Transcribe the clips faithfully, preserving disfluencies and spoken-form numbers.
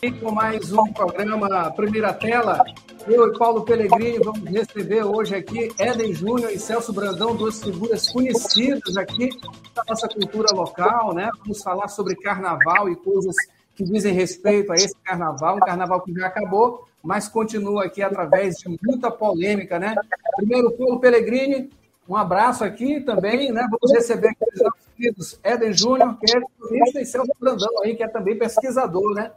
Com mais um programa Primeira Tela, eu e Paulo Pellegrini vamos receber hoje aqui Éden Júnior e Celso Brandão, duas figuras conhecidas aqui da nossa cultura local, né? Vamos falar sobre carnaval e coisas que dizem respeito a esse carnaval, um carnaval que já acabou, mas continua aqui através de muita polêmica, né? Primeiro, Paulo Pellegrini, um abraço aqui também, né? Vamos receber aqui os nossos queridos Éden Júnior, que é turista, e Celso Brandão aí, que é também pesquisador, né?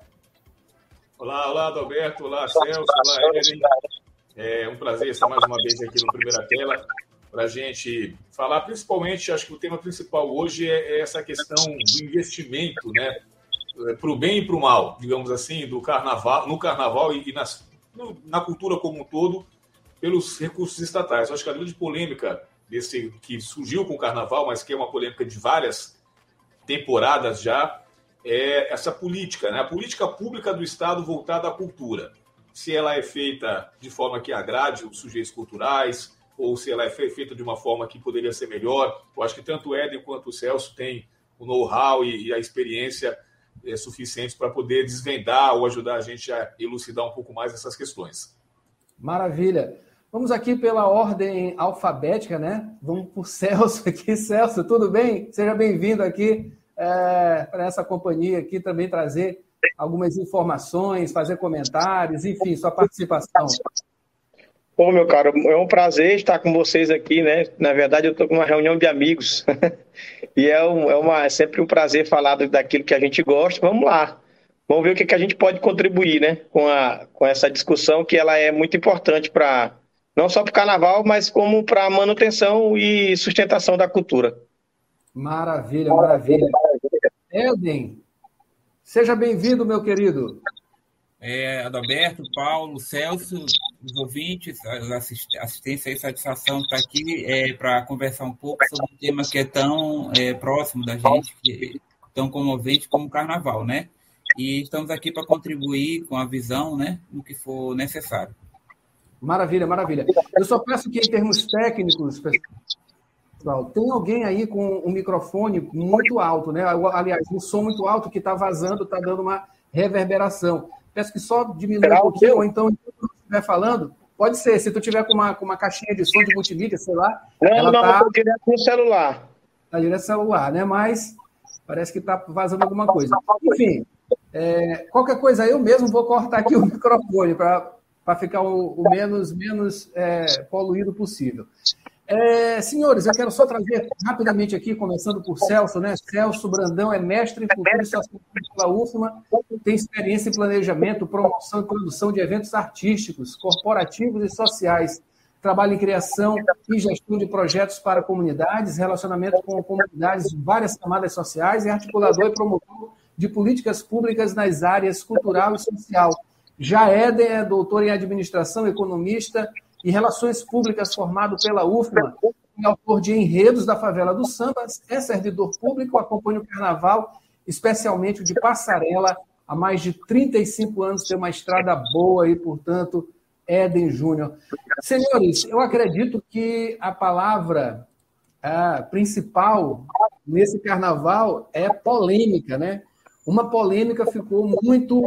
Olá, olá, Adalberto, olá, Celso, olá, Éden. É um prazer estar mais uma vez aqui no Primeira Tela para a gente falar, principalmente, acho que o tema principal hoje é essa questão do investimento, né, para o bem e para o mal, digamos assim, do carnaval, no carnaval e nas, no, na cultura como um todo, pelos recursos estatais. Eu acho que a grande polêmica desse, que surgiu com o carnaval, mas que é uma polêmica de várias temporadas já, é essa política, né? A política pública do Estado voltada à cultura. Se ela é feita de forma que agrade os sujeitos culturais, ou se ela é feita de uma forma que poderia ser melhor. Eu acho que tanto o Éden quanto o Celso têm o know-how e a experiência é, suficientes para poder desvendar ou ajudar a gente a elucidar um pouco mais essas questões. Maravilha. Vamos aqui pela ordem alfabética, né? Vamos por Celso aqui. Celso, tudo bem? Seja bem-vindo aqui. É, para essa companhia aqui também trazer algumas informações, fazer comentários, enfim, sua participação. Bom, meu caro, é um prazer estar com vocês aqui, né? Na verdade, eu estou com uma reunião de amigos e é, um, é, uma, é sempre um prazer falar daquilo que a gente gosta. Vamos lá, vamos ver o que, que a gente pode contribuir, né? Com, a, com essa discussão, que ela é muito importante para não só para o carnaval, mas como para a manutenção e sustentação da cultura. Maravilha, maravilha. Éden, seja bem-vindo, meu querido. É, Adalberto, Paulo, Celso, os ouvintes, a assistência e satisfação estar aqui é, para conversar um pouco sobre um tema que é tão é, próximo da gente, que é tão comovente como o carnaval, né? E estamos aqui para contribuir com a visão, né, no que for necessário. Maravilha, maravilha. Eu só peço que, em termos técnicos, tem alguém aí com um microfone muito alto, né? Aliás, um som muito alto que está vazando, está dando uma reverberação. Peço que só diminua um pouquinho, ou então, enquanto você estiver falando, pode ser, se tu tiver com uma, com uma caixinha de som de multimídia, sei lá. Não, ela não, tá, estou direto no celular. Está direto no celular, né? Mas parece que está vazando alguma coisa. Enfim, é, qualquer coisa, eu mesmo vou cortar aqui o microfone para ficar o, o menos, menos é, poluído possível. É, senhores, eu quero só trazer rapidamente aqui, começando por Celso, né? Celso Brandão é mestre em cultura e sociologia pela U F M A, tem experiência em planejamento, promoção e produção de eventos artísticos, corporativos e sociais, trabalha em criação e gestão de projetos para comunidades, relacionamento com comunidades de várias camadas sociais e articulador e promotor de políticas públicas nas áreas cultural e social. Já Éden é doutor em administração, economista e Relações Públicas, formado pela U F M A, é autor de Enredos da Favela do Samba, é servidor público, acompanha o carnaval, especialmente o de Passarela, há mais de trinta e cinco anos, tem uma estrada boa aí, portanto, Éden Júnior. Senhores, eu acredito que a palavra a principal nesse carnaval é polêmica, né? Uma polêmica ficou muito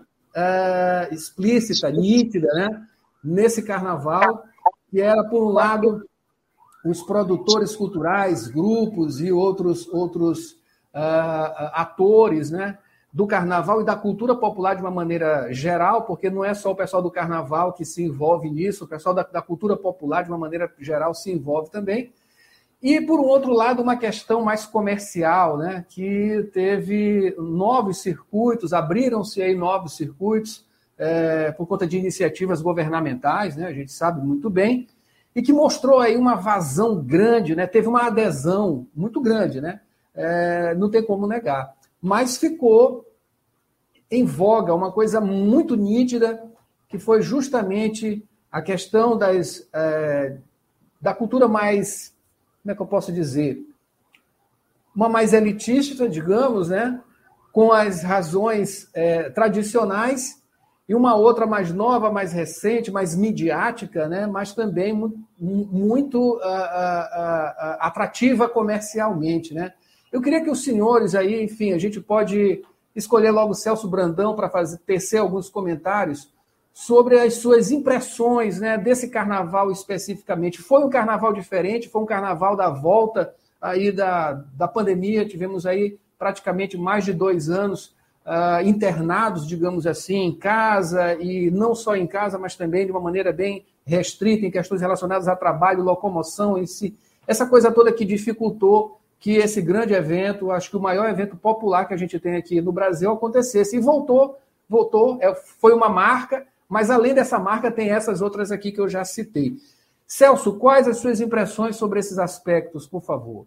uh, explícita, nítida, né? Nesse carnaval, que era, por um lado, os produtores culturais, grupos e outros, outros uh, atores, né, do carnaval e da cultura popular de uma maneira geral, porque não é só o pessoal do carnaval que se envolve nisso, o pessoal da, da cultura popular, de uma maneira geral, se envolve também. E, por um outro lado, uma questão mais comercial, né, que teve novos circuitos, abriram-se aí novos circuitos, É, por conta de iniciativas governamentais, né, a gente sabe muito bem, e que mostrou aí uma vazão grande, né, teve uma adesão muito grande, né, é, não tem como negar, mas ficou em voga uma coisa muito nítida, que foi justamente a questão das, é, da cultura mais, como é que eu posso dizer, uma mais elitista, digamos, né, com as razões é, tradicionais, e uma outra mais nova, mais recente, mais midiática, né? Mas também muito, muito uh, uh, uh, atrativa comercialmente, né? Eu queria que os senhores aí, enfim, a gente pode escolher logo o Celso Brandão para fazer tecer alguns comentários sobre as suas impressões, né, desse carnaval especificamente. Foi um carnaval diferente, foi um carnaval da volta aí da, da pandemia, tivemos aí praticamente mais de dois anos uh, internados, digamos assim, em casa, e não só em casa, mas também de uma maneira bem restrita em questões relacionadas a trabalho, locomoção em si. Essa coisa toda que dificultou que esse grande evento, acho que o maior evento popular que a gente tem aqui no Brasil, acontecesse. E voltou, voltou, é, foi uma marca, mas além dessa marca tem essas outras aqui que eu já citei. Celso, quais as suas impressões sobre esses aspectos, por favor?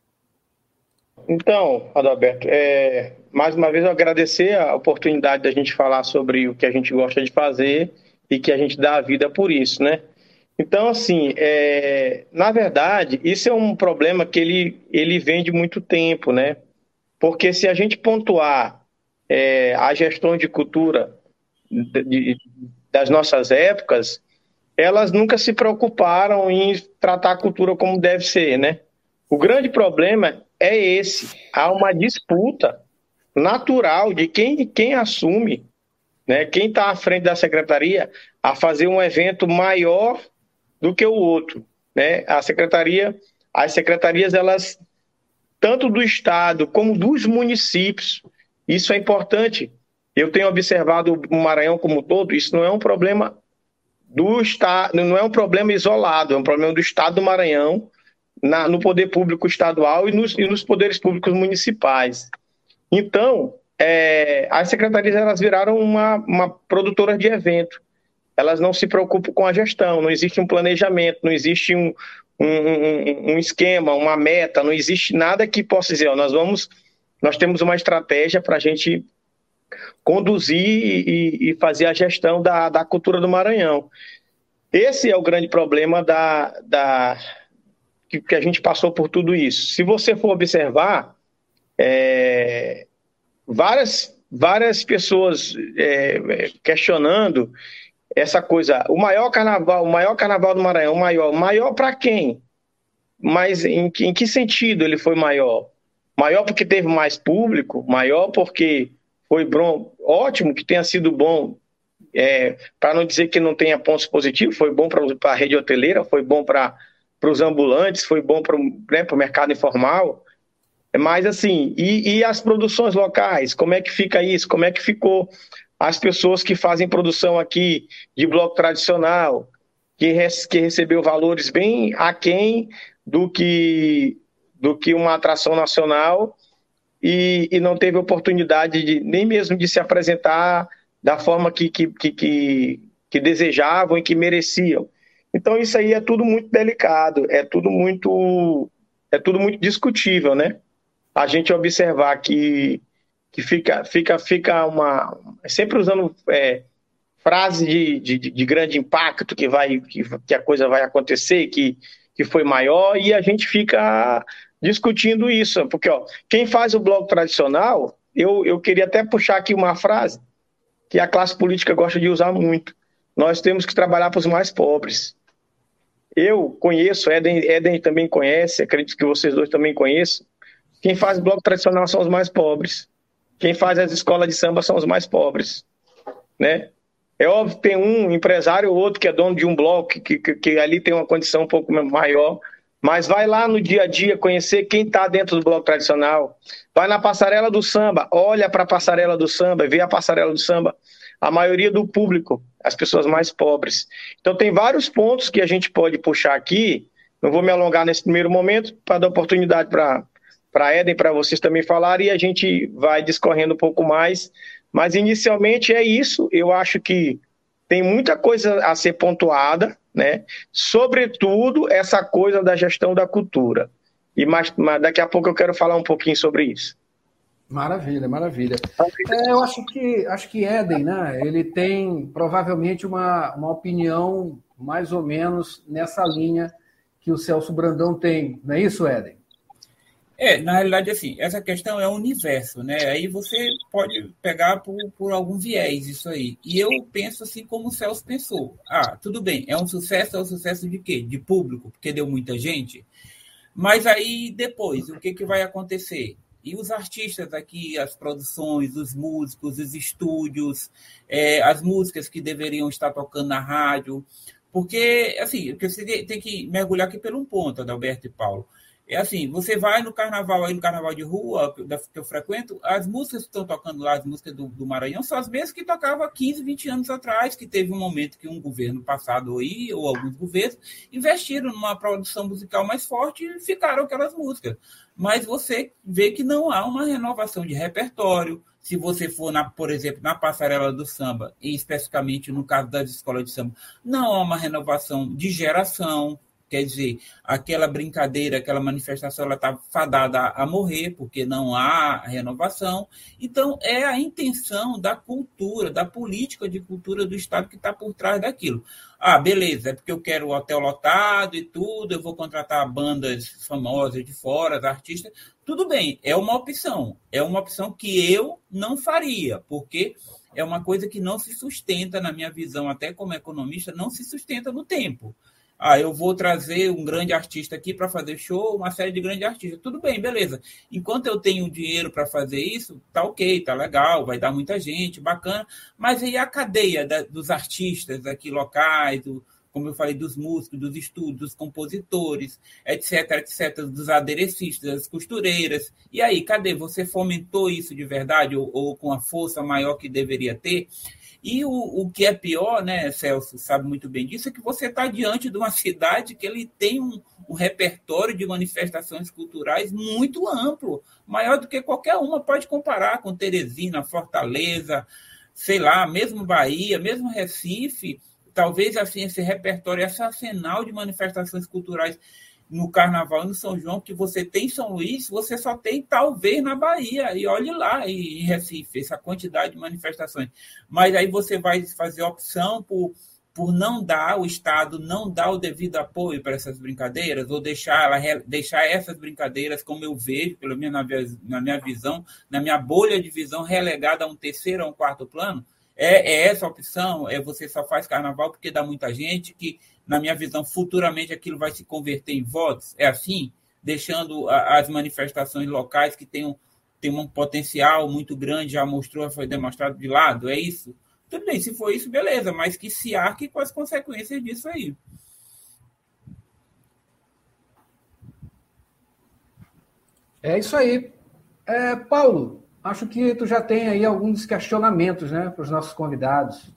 Então, Adalberto, é, mais uma vez eu agradecer a oportunidade da gente falar sobre o que a gente gosta de fazer e que a gente dá a vida por isso, né? Então, assim, é, na verdade, isso é um problema que ele, ele vem de muito tempo, né? Porque se a gente pontuar é, a gestão de cultura de, de, das nossas épocas, elas nunca se preocuparam em tratar a cultura como deve ser, né? O grande problema é esse. Há uma disputa natural de quem, quem assume, né, quem está à frente da secretaria, a fazer um evento maior do que o outro, né? A secretaria, as secretarias, elas, tanto do Estado como dos municípios, isso é importante. Eu tenho observado o Maranhão como um todo, isso não é um problema do Estado, não é um problema isolado, é um problema do Estado do Maranhão, na, no poder público estadual e nos, e nos poderes públicos municipais. Então, é, as secretarias, elas viraram uma, uma produtora de evento. Elas não se preocupam com a gestão, não existe um planejamento, não existe um, um, um, um esquema, uma meta, não existe nada que possa dizer, ó, nós vamos, nós temos uma estratégia para a gente conduzir e, e fazer a gestão da, da cultura do Maranhão. Esse é o grande problema da, da, que, que a gente passou por tudo isso. Se você for observar, é, várias, várias pessoas é, questionando essa coisa, o maior carnaval, o maior carnaval do Maranhão, o maior, maior para quem? Mas em que, em que sentido ele foi maior? Maior porque teve mais público? Maior porque foi bom, ótimo que tenha sido bom, é, para não dizer que não tenha pontos positivos, foi bom para a rede hoteleira, foi bom para os ambulantes, foi bom para né, o mercado informal, mas assim, e, e as produções locais, como é que fica isso? Como é que ficou as pessoas que fazem produção aqui de bloco tradicional, que, res, que recebeu valores bem aquém do que, do que uma atração nacional e, e não teve oportunidade de, nem mesmo de se apresentar da forma que, que, que, que, que desejavam e que mereciam. Então isso aí é tudo muito delicado, é tudo muito, é tudo muito discutível, né? A gente observar que que fica, fica, fica uma... sempre usando é, frases de, de, de grande impacto, que, vai, que, que a coisa vai acontecer, que, que foi maior, e a gente fica discutindo isso, porque ó, quem faz o bloco tradicional, eu, eu queria até puxar aqui uma frase que a classe política gosta de usar muito. Nós temos que trabalhar para os mais pobres. Eu conheço, Éden, Éden também conhece, acredito que vocês dois também conheçam, quem faz bloco tradicional são os mais pobres. Quem faz as escolas de samba são os mais pobres, né? É óbvio que tem um empresário ou outro que é dono de um bloco, que, que, que ali tem uma condição um pouco maior, mas vai lá no dia a dia conhecer quem está dentro do bloco tradicional, vai na passarela do samba, olha para a passarela do samba, vê a passarela do samba, a maioria do público, as pessoas mais pobres. Então tem vários pontos que a gente pode puxar aqui, não vou me alongar nesse primeiro momento, para dar oportunidade para... para a Éden, para vocês também falarem, e a gente vai discorrendo um pouco mais. Mas, inicialmente, é isso. Eu acho que tem muita coisa a ser pontuada, né? Sobretudo, essa coisa da gestão da cultura. E mais, mas daqui a pouco eu quero falar um pouquinho sobre isso. Maravilha, maravilha. É, eu acho que, acho que Éden, né? Ele tem, provavelmente, uma, uma opinião mais ou menos nessa linha que o Celso Brandão tem. Não é isso, Éden? É, na realidade, assim, essa questão é o universo, né? Aí você pode pegar por, por algum viés isso aí. E eu penso assim como o Celso pensou. Ah, tudo bem, é um sucesso, é um sucesso de quê? De público, porque deu muita gente. Mas aí, depois, o que, que vai acontecer? E os artistas aqui, as produções, os músicos, os estúdios, é, as músicas que deveriam estar tocando na rádio. Porque, assim, você tem que mergulhar aqui por um ponto, Adalberto e Paulo. É assim, você vai no carnaval, aí no carnaval de rua que eu frequento, as músicas que estão tocando lá, as músicas do, do Maranhão, são as mesmas que tocavam há quinze, vinte anos atrás, que teve um momento que um governo passado aí, ou alguns governos, investiram numa produção musical mais forte e ficaram aquelas músicas. Mas você vê que não há uma renovação de repertório. Se você for, na, por exemplo, na passarela do samba, e especificamente no caso das escolas de samba, não há uma renovação de geração. Quer dizer, aquela brincadeira, aquela manifestação, ela está fadada a morrer, porque não há renovação. Então, é a intenção da cultura, da política de cultura do Estado que está por trás daquilo. Ah, beleza, é porque eu quero o hotel lotado e tudo, eu vou contratar bandas famosas de fora, artistas. Tudo bem, é uma opção. É uma opção que eu não faria, porque é uma coisa que não se sustenta, na minha visão, até como economista, não se sustenta no tempo. Ah, eu vou trazer um grande artista aqui para fazer show, uma série de grandes artistas. Tudo bem, beleza. Enquanto eu tenho dinheiro para fazer isso, tá ok, tá legal, vai dar muita gente, bacana. Mas aí a cadeia da, dos artistas aqui locais, do, como eu falei, dos músicos, dos estúdios, dos compositores, etc, etc, dos aderecistas, das costureiras. E aí, cadê? Você fomentou isso de verdade ou, ou com a força maior que deveria ter? E o, o que é pior, né, Celso, sabe muito bem disso, é que você está diante de uma cidade que ele tem um, um repertório de manifestações culturais muito amplo, maior do que qualquer uma, pode comparar com Teresina, Fortaleza, sei lá, mesmo Bahia, mesmo Recife, talvez assim, esse repertório, esse arsenal de manifestações culturais no Carnaval e no São João, que você tem em São Luís, você só tem talvez na Bahia, e olhe lá em Recife, essa quantidade de manifestações. Mas aí você vai fazer opção por, por não dar, o Estado não dar o devido apoio para essas brincadeiras, ou deixar, ela, deixar essas brincadeiras, como eu vejo, pelo menos na minha, na minha visão, na minha bolha de visão, relegada a um terceiro ou um quarto plano. É, é essa a opção? É você só faz carnaval porque dá muita gente, que, na minha visão, futuramente aquilo vai se converter em votos? É assim? Deixando a, as manifestações locais que têm um, têm um potencial muito grande, já mostrou, foi demonstrado de lado? É isso? Tudo bem, se for isso, beleza, mas que se arque com as consequências disso aí. É isso aí. É, Paulo, acho que tu já tem aí alguns questionamentos, né, para os nossos convidados.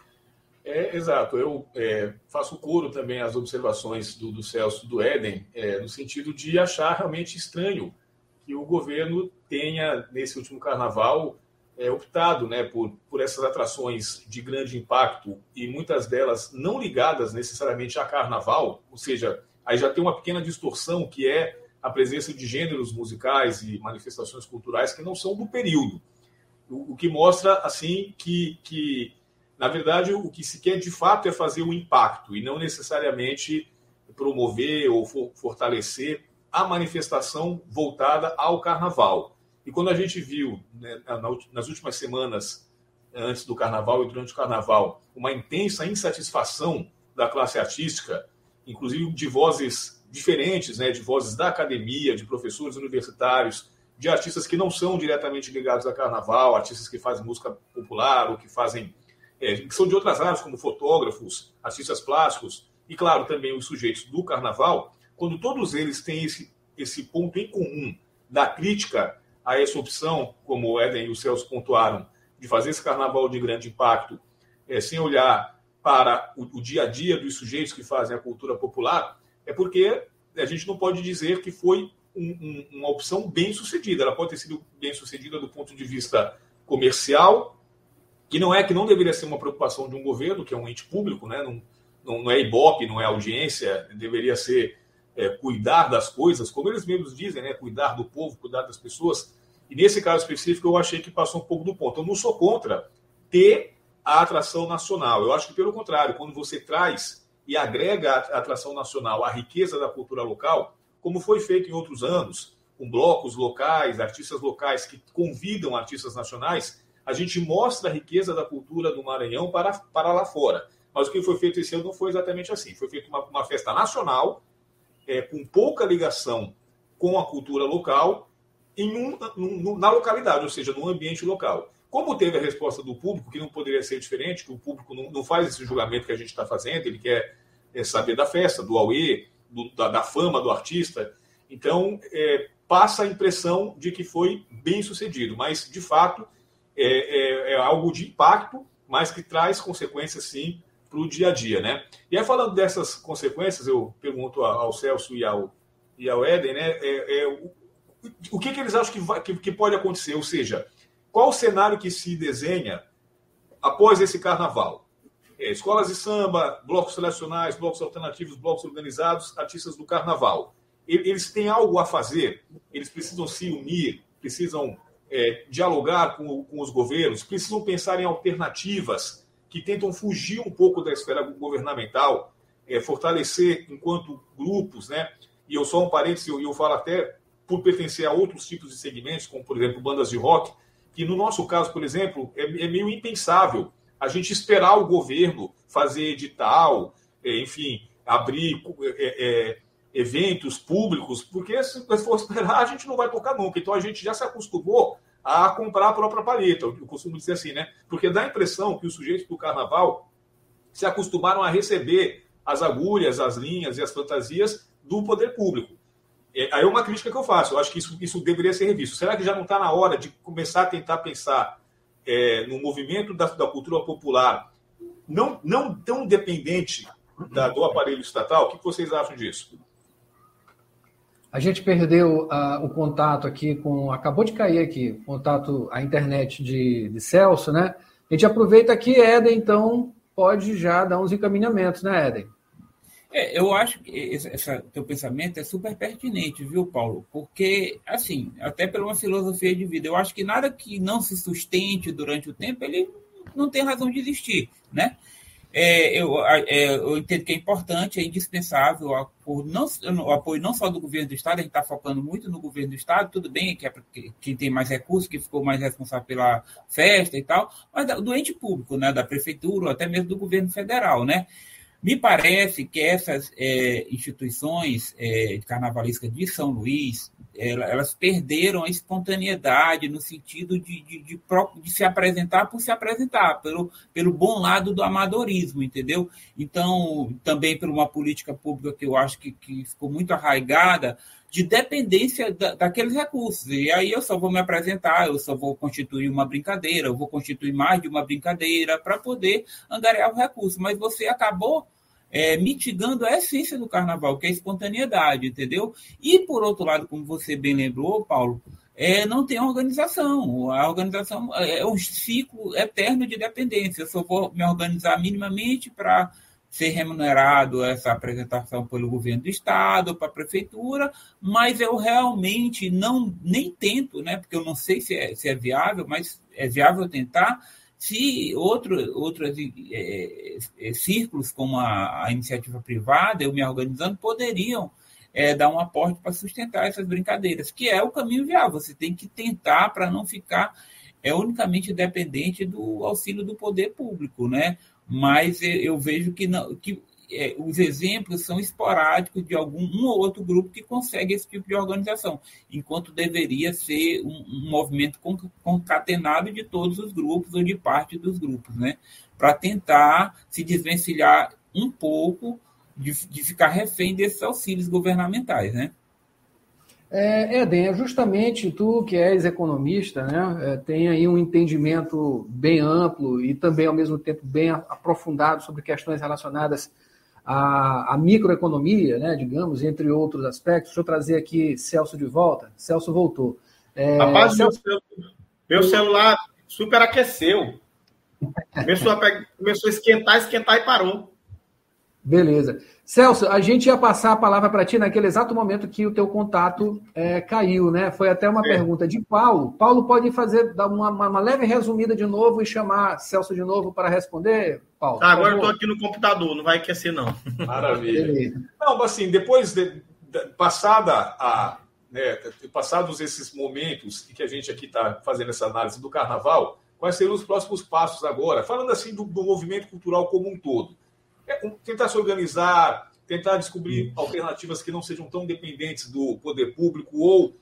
É, exato. Eu é, faço coro também às observações do, do Celso, do Éden, é, no sentido de achar realmente estranho que o governo tenha, nesse último carnaval, é, optado, né, por, por essas atrações de grande impacto e muitas delas não ligadas necessariamente a carnaval, ou seja, aí já tem uma pequena distorção que é a presença de gêneros musicais e manifestações culturais que não são do período. O, o que mostra, assim, que, que, na verdade, o que se quer de fato é fazer um impacto e não necessariamente promover ou for, fortalecer a manifestação voltada ao carnaval. E quando a gente viu, né, nas últimas semanas, antes do carnaval e durante o carnaval, uma intensa insatisfação da classe artística, inclusive de vozes diferentes, né, de vozes da academia, de professores universitários, de artistas que não são diretamente ligados a carnaval, artistas que fazem música popular ou que fazem, é, que são de outras áreas, como fotógrafos, artistas plásticos, e, claro, também os sujeitos do carnaval, quando todos eles têm esse, esse ponto em comum da crítica a essa opção, como o Éden e o Celso pontuaram, de fazer esse carnaval de grande impacto, é, sem olhar para o, o dia a dia dos sujeitos que fazem a cultura popular, é porque a gente não pode dizer que foi um, um, uma opção bem sucedida. Ela pode ter sido bem sucedida do ponto de vista comercial, que não é que não deveria ser uma preocupação de um governo, que é um ente público, né? não, não, não é Ibope, não é audiência, deveria ser é, cuidar das coisas, como eles mesmos dizem, né? Cuidar do povo, cuidar das pessoas. E nesse caso específico eu achei que passou um pouco do ponto. Eu não sou contra ter a atração nacional. Eu acho que, pelo contrário, quando você traz e agrega a atração nacional à riqueza da cultura local, como foi feito em outros anos, com blocos locais, artistas locais que convidam artistas nacionais, a gente mostra a riqueza da cultura do Maranhão para, para lá fora. Mas o que foi feito esse ano não foi exatamente assim. Foi feita uma, uma festa nacional, é, com pouca ligação com a cultura local, em um, um, na localidade, ou seja, no ambiente local. Como teve a resposta do público, que não poderia ser diferente, que o público não, não faz esse julgamento que a gente está fazendo, ele quer é, saber da festa, do auê, do, da, da fama do artista. Então, é, passa a impressão de que foi bem sucedido, mas, de fato, é, é, é algo de impacto, mas que traz consequências, sim, para o dia a dia, né? E aí, falando dessas consequências, eu pergunto ao Celso e ao, e ao Éden, né? É, é, o, o que, que eles acham que, vai, que, que pode acontecer? Ou seja, qual o cenário que se desenha após esse carnaval? É, escolas de samba, blocos tradicionais, blocos alternativos, blocos organizados, artistas do carnaval. Eles têm algo a fazer? Eles precisam se unir? Precisam é, dialogar com, com os governos? Precisam pensar em alternativas que tentam fugir um pouco da esfera governamental, é, fortalecer enquanto grupos, né? E eu só um parênteses, eu, eu falo até por pertencer a outros tipos de segmentos, como, por exemplo, bandas de rock, que no nosso caso, por exemplo, é, é meio impensável a gente esperar o governo fazer edital, é, enfim, abrir é, é, eventos públicos, porque se for esperar, a gente não vai tocar nunca. Então, a gente já se acostumou a comprar a própria palheta, eu costumo dizer assim, né? Porque dá a impressão que os sujeitos do carnaval se acostumaram a receber as agulhas, as linhas e as fantasias do poder público. Aí é uma crítica que eu faço. Eu acho que isso, isso deveria ser revisto. Será que já não está na hora de começar a tentar pensar é, no movimento da, da cultura popular não, não tão dependente da, do aparelho estatal? O que vocês acham disso? A gente perdeu uh, o contato aqui com... Acabou de cair aqui, o contato, a internet de, de Celso, né? A gente aproveita aqui, Éden, então pode já dar uns encaminhamentos, né, Éden? É, eu acho que esse, esse teu pensamento é super pertinente, viu, Paulo? Porque, assim, até pela uma filosofia de vida, eu acho que nada que não se sustente durante o tempo, ele não tem razão de existir, né? É, eu, é, eu entendo que é importante, é indispensável o apoio, não, o apoio não só do governo do Estado, a gente está focando muito no governo do Estado, tudo bem que é quem tem mais recursos, que ficou mais responsável pela festa e tal, mas do ente público, né, da prefeitura ou até mesmo do governo federal, né? Me parece que essas é, instituições é, carnavalescas de São Luís, elas perderam a espontaneidade no sentido de, de, de, de se apresentar por se apresentar, pelo, pelo bom lado do amadorismo, entendeu? Então, também por uma política pública que eu acho que, que ficou muito arraigada, de dependência da, daqueles recursos. E aí eu só vou me apresentar, eu só vou constituir uma brincadeira, eu vou constituir mais de uma brincadeira para poder angariar o recurso. Mas você acabou É, mitigando a essência do carnaval, que é a espontaneidade, entendeu? E, por outro lado, como você bem lembrou, Paulo, é, não tem organização. A organização é um ciclo eterno de dependência. Eu só vou me organizar minimamente para ser remunerado essa apresentação pelo governo do Estado, para a prefeitura, mas eu realmente não nem tento, né, porque eu não sei se é, se é viável, mas é viável tentar. Se outro, outros é, é, círculos, como a, a iniciativa privada, eu me organizando, poderiam é, dar um aporte para sustentar essas brincadeiras, que é o caminho viável. Você tem que tentar para não ficar é, unicamente dependente do auxílio do poder público, né? Mas eu, eu vejo que, não, que é, os exemplos são esporádicos de algum um ou outro grupo que consegue esse tipo de organização, enquanto deveria ser um, um movimento concatenado de todos os grupos ou de parte dos grupos, né? Para tentar se desvencilhar um pouco de, de ficar refém desses auxílios governamentais, né? É, Éden, é justamente tu que és economista, né, é, tem aí um entendimento bem amplo e também, ao mesmo tempo, bem aprofundado sobre questões relacionadas à, à microeconomia, né, digamos, entre outros aspectos. Deixa eu trazer aqui Celso de volta. Celso voltou. É, Rapaz, Celso... meu, meu celular superaqueceu. Começou a, pegar, começou a esquentar, esquentar e parou. Beleza. Celso, a gente ia passar a palavra para ti naquele exato momento que o teu contato é, caiu, né? Foi até uma é. pergunta de Paulo. Paulo pode fazer, dar uma, uma leve resumida de novo e chamar Celso de novo para responder, Paulo? Tá, agora eu estou aqui no computador, não vai aquecer, não. Maravilha. Beleza. Não, assim, depois de, de passada a, né, passados esses momentos que a gente aqui está fazendo essa análise do carnaval, quais seriam os próximos passos agora? Falando assim do, do movimento cultural como um todo. É tentar se organizar, tentar descobrir alternativas que não sejam tão dependentes do poder público ou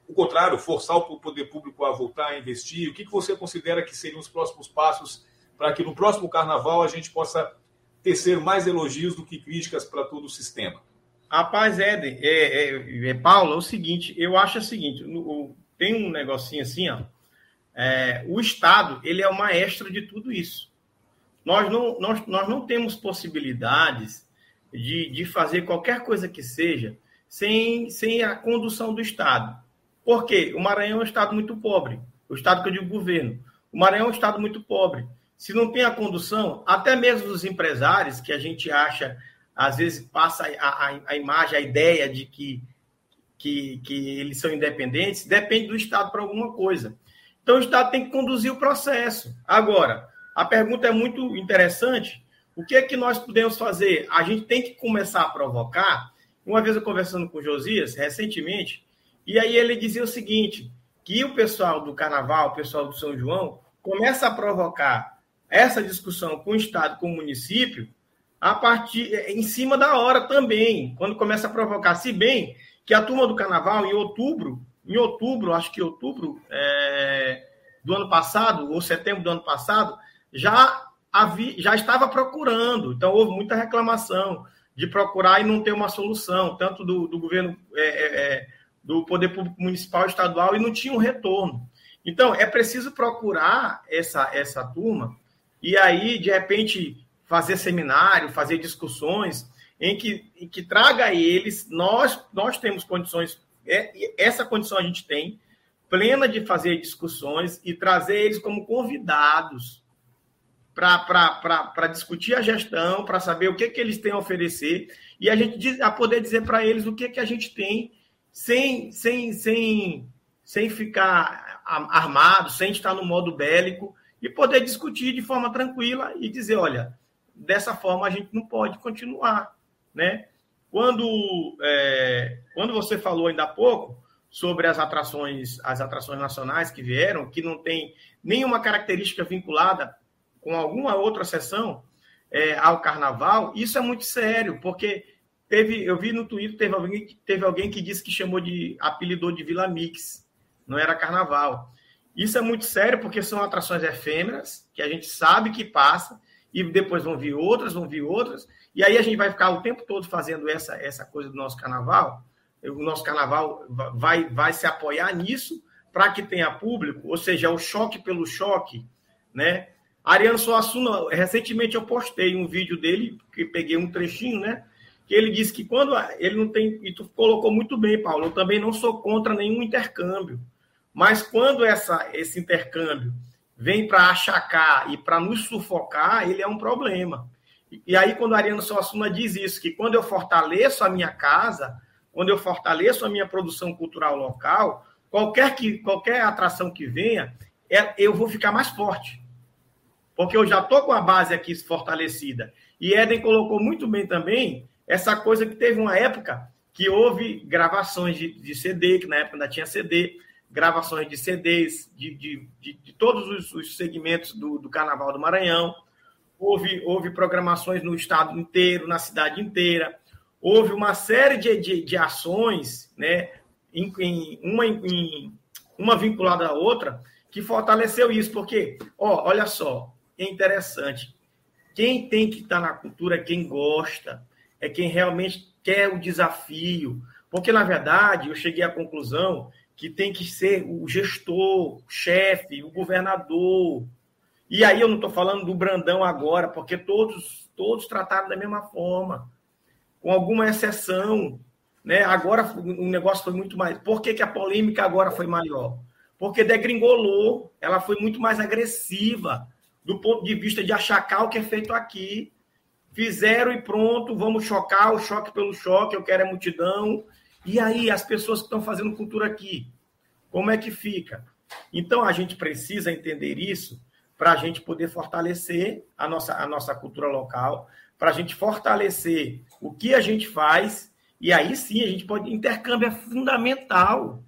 o contrário, forçar o poder público a voltar a investir? O que, que você considera que seriam os próximos passos para que no próximo carnaval a gente possa tecer mais elogios do que críticas para todo o sistema? Rapaz, Éden, é, é, é, Paulo, é o seguinte, eu acho o seguinte, o, tem um negocinho assim, ó, é, o Estado, ele é o maestro de tudo isso. Nós não, nós, nós não temos possibilidades de, de fazer qualquer coisa que seja sem, sem a condução do Estado. Por quê? O Maranhão é um Estado muito pobre, o Estado que eu digo governo. O Maranhão é um Estado muito pobre. Se não tem a condução, até mesmo os empresários, que a gente acha, às vezes passa a, a, a imagem, a ideia de que, que, que eles são independentes, depende do Estado para alguma coisa. Então, o Estado tem que conduzir o processo. Agora, a pergunta é muito interessante. O que é que nós podemos fazer? A gente tem que começar a provocar. Uma vez eu conversando com o Josias, recentemente, e aí ele dizia o seguinte, que o pessoal do Carnaval, o pessoal do São João, começa a provocar essa discussão com o Estado, com o município, a partir, em cima da hora também, quando começa a provocar. Se bem que a turma do Carnaval, em outubro, em outubro, acho que outubro é, do ano passado, ou setembro do ano passado, já, havia, já estava procurando. Então, houve muita reclamação de procurar e não ter uma solução, tanto do, do governo, é, é, do Poder Público Municipal e Estadual, e não tinha um retorno. Então, é preciso procurar essa, essa turma e aí, de repente, fazer seminário, fazer discussões em que, em que traga a eles, nós, nós temos condições, é, essa condição a gente tem, plena de fazer discussões e trazer eles como convidados para discutir a gestão, para saber o que, que eles têm a oferecer e a gente a poder dizer para eles o que, que a gente tem sem, sem, sem, sem ficar armado, sem estar no modo bélico, e poder discutir de forma tranquila e dizer, olha, dessa forma a gente não pode continuar, né? Quando, é, quando você falou ainda há pouco sobre as atrações, as atrações nacionais que vieram, que não tem nenhuma característica vinculada com alguma outra sessão é, ao Carnaval, isso é muito sério, porque teve, eu vi no Twitter, teve alguém, teve alguém que disse que chamou de, apelidou de Vila Mix, não era Carnaval. Isso é muito sério, porque são atrações efêmeras, que a gente sabe que passa, e depois vão vir outras, vão vir outras, e aí a gente vai ficar o tempo todo fazendo essa, essa coisa do nosso carnaval. O nosso carnaval vai, vai se apoiar nisso para que tenha público, ou seja, o choque pelo choque, né? Ariano Suassuna, recentemente eu postei um vídeo dele, que peguei um trechinho, né? Que ele disse que quando ele não tem, e tu colocou muito bem, Paulo, eu também não sou contra nenhum intercâmbio, mas quando essa, esse intercâmbio vem para achacar e para nos sufocar, ele é um problema. E, e aí, quando a Ariano Suassuna diz isso, que quando eu fortaleço a minha casa, quando eu fortaleço a minha produção cultural local, qualquer, que, qualquer atração que venha, é, eu vou ficar mais forte. Porque eu já estou com a base aqui fortalecida. E Éden colocou muito bem também essa coisa que teve uma época que houve gravações de, de C D, que na época ainda tinha C D, gravações de C Ds de, de, de, de todos os, os segmentos do, do Carnaval do Maranhão. Houve, houve programações no estado inteiro, na cidade inteira. Houve uma série de, de, de ações, né, em, em, uma, em, uma vinculada à outra, que fortaleceu isso. Porque, ó, olha só, é interessante. Quem tem que estar na cultura é quem gosta, é quem realmente quer o desafio. Porque, na verdade, eu cheguei à conclusão que tem que ser o gestor, o chefe, o governador. E aí eu não estou falando do Brandão agora, porque todos, todos trataram da mesma forma, com alguma exceção, né? Agora o negócio foi muito mais... Por que, que a polêmica agora foi maior? Porque degringolou, ela foi muito mais agressiva do ponto de vista de achacar o que é feito aqui. Fizeram e pronto, vamos chocar, o choque pelo choque, eu quero é multidão. E aí, as pessoas que estão fazendo cultura aqui, como é que fica? Então, a gente precisa entender isso para a gente poder fortalecer a nossa, a nossa cultura local, para a gente fortalecer o que a gente faz, e aí sim a gente pode... Intercâmbio é fundamental.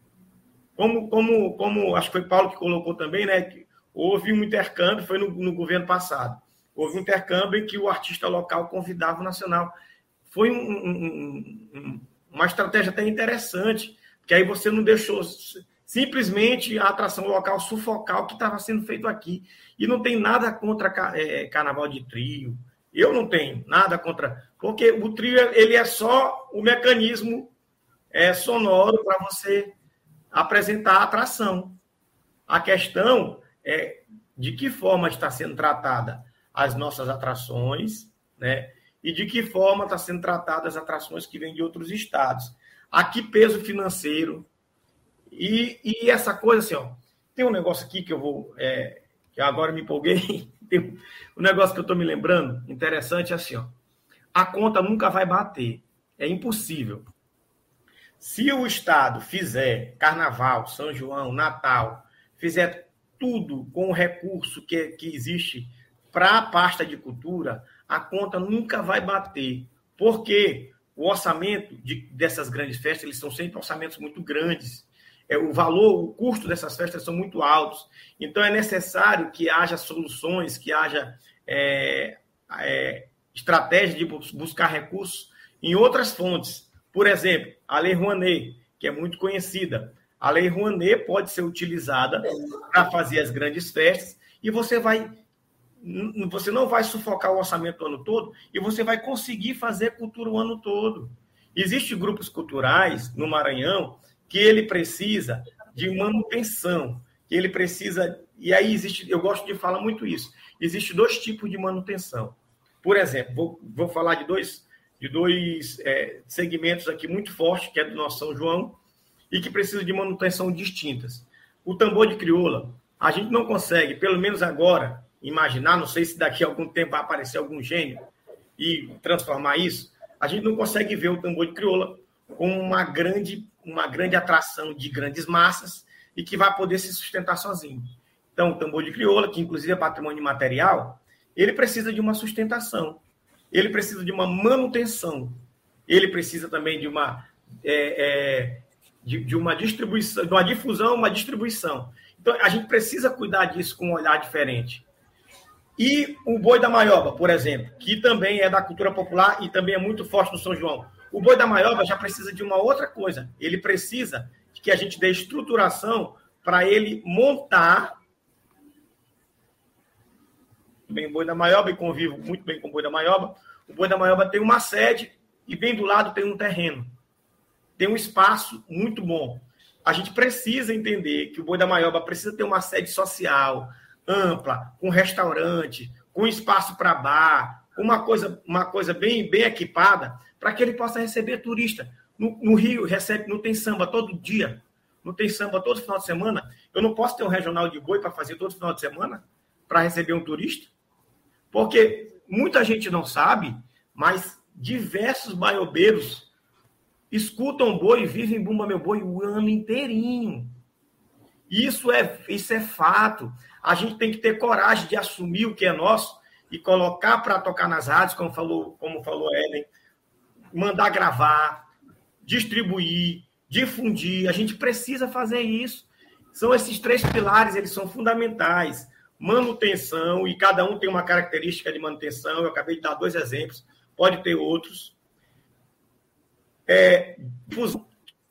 Como, como, como acho que foi Paulo que colocou também, né? Que houve um intercâmbio, foi no, no governo passado. Houve um intercâmbio em que o artista local convidava o nacional. Foi um, um, um, uma estratégia até interessante, que aí você não deixou simplesmente a atração local sufocar o que estava sendo feito aqui. E não tem nada contra é, carnaval de trio. Eu não tenho nada contra... Porque o trio ele é só o mecanismo é, sonoro para você apresentar a atração. A questão é de que forma está sendo tratada as nossas atrações, né? E de que forma está sendo tratadas as atrações que vêm de outros estados. A que peso financeiro... E, e essa coisa, assim, ó, tem um negócio aqui que eu vou, é, que agora me empolguei, tem um negócio que eu estou me lembrando, interessante, assim, ó, a conta nunca vai bater, é impossível. Se o Estado fizer Carnaval, São João, Natal, fizer tudo com o recurso que, que existe para a pasta de cultura, a conta nunca vai bater, porque o orçamento de, dessas grandes festas, eles são sempre orçamentos muito grandes. É, o valor, o custo dessas festas são muito altos. Então, é necessário que haja soluções, que haja é, é, estratégia de buscar recursos em outras fontes. Por exemplo, a Lei Rouanet, que é muito conhecida. A Lei Rouanet pode ser utilizada para fazer as grandes festas e você vai, você não vai sufocar o orçamento o ano todo e você vai conseguir fazer cultura o ano todo. Existem grupos culturais no Maranhão que ele precisa de manutenção, que ele precisa... E aí existe... Eu gosto de falar muito isso. Existem dois tipos de manutenção. Por exemplo, vou, vou falar de dois, de dois é, segmentos aqui muito fortes, que é do nosso São João, e que precisam de manutenção distintas. O tambor de crioula, a gente não consegue, pelo menos agora, imaginar, não sei se daqui a algum tempo vai aparecer algum gênio e transformar isso, a gente não consegue ver o tambor de crioula como uma grande... uma grande atração de grandes massas e que vai poder se sustentar sozinho. Então, o tambor de crioula, que inclusive é patrimônio imaterial, ele precisa de uma sustentação, ele precisa de uma manutenção, ele precisa também de uma, é, é, de, de uma distribuição, de uma difusão, uma distribuição. Então, a gente precisa cuidar disso com um olhar diferente. E o boi da maioba, por exemplo, que também é da cultura popular e também é muito forte no São João. O boi da maioba já precisa de uma outra coisa. Ele precisa de que a gente dê estruturação para ele montar bem o boi da maioba, e convivo muito bem com o boi da maioba. O boi da maioba tem uma sede e bem do lado tem um terreno. Tem um espaço muito bom. A gente precisa entender que o boi da maioba precisa ter uma sede social ampla, com restaurante, com espaço para bar, uma coisa, uma coisa bem, bem equipada, para que ele possa receber turista. No, no Rio, recebe, não tem samba todo dia, não tem samba todo final de semana. Eu não posso ter um regional de boi para fazer todo final de semana para receber um turista? Porque muita gente não sabe, mas diversos baiobeiros escutam boi e vivem Bumba Meu Boi o ano inteirinho. Isso é, isso é fato. A gente tem que ter coragem de assumir o que é nosso e colocar para tocar nas rádios, como falou, como falou a Ellen, mandar gravar, distribuir, difundir. A gente precisa fazer isso. São esses três pilares, eles são fundamentais. Manutenção, e cada um tem uma característica de manutenção. Eu acabei de dar dois exemplos, pode ter outros. É, difusão.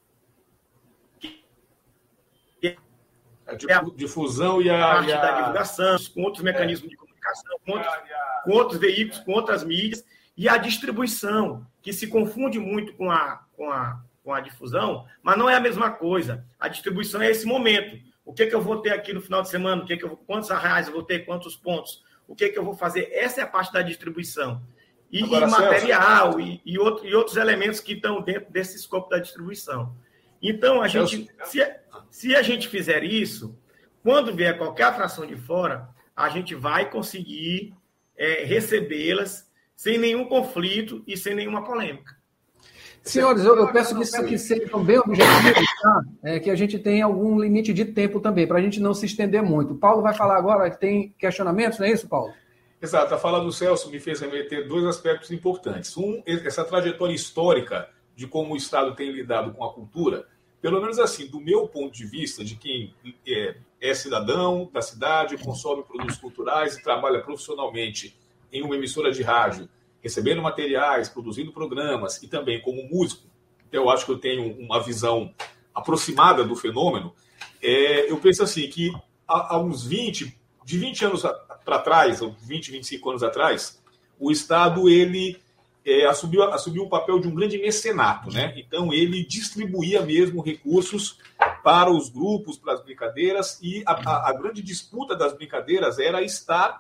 A difusão e a... parte e a... da divulgação, com outros mecanismos é. de comunicação, com outros, com outros veículos, com outras mídias, e a distribuição, que se confunde muito com a, com a, com a difusão, mas não é a mesma coisa. A distribuição é esse momento. O que, que eu vou ter aqui no final de semana? O que que eu, quantos reais eu vou ter? Quantos pontos? O que, que eu vou fazer? Essa é a parte da distribuição. E, Agora, e material Celso, e, e, outro, e outros elementos que estão dentro desse escopo da distribuição. Então, a gente, se, se a gente fizer isso, quando vier qualquer atração de fora, a gente vai conseguir é, recebê-las sem nenhum conflito e sem nenhuma polêmica. Senhores, eu, eu peço que isso aqui seja bem objetivo, tá? É, que a gente tenha algum limite de tempo também, para a gente não se estender muito. O Paulo vai falar agora que tem questionamentos, não é isso, Paulo? Exato, a fala do Celso me fez remeter dois aspectos importantes. Um, essa trajetória histórica de como o Estado tem lidado com a cultura, pelo menos assim, do meu ponto de vista, de quem é, é cidadão da cidade, consome produtos culturais e trabalha profissionalmente em uma emissora de rádio, recebendo materiais, produzindo programas e também como músico. Então, eu acho que eu tenho uma visão aproximada do fenômeno, é, eu penso assim, que há, há uns vinte, de vinte anos para trás, ou vinte, vinte e cinco anos atrás, o Estado ele, é, assumiu, assumiu o papel de um grande mecenato, né? Então, ele distribuía mesmo recursos para os grupos, para as brincadeiras, e a, a, a grande disputa das brincadeiras era estar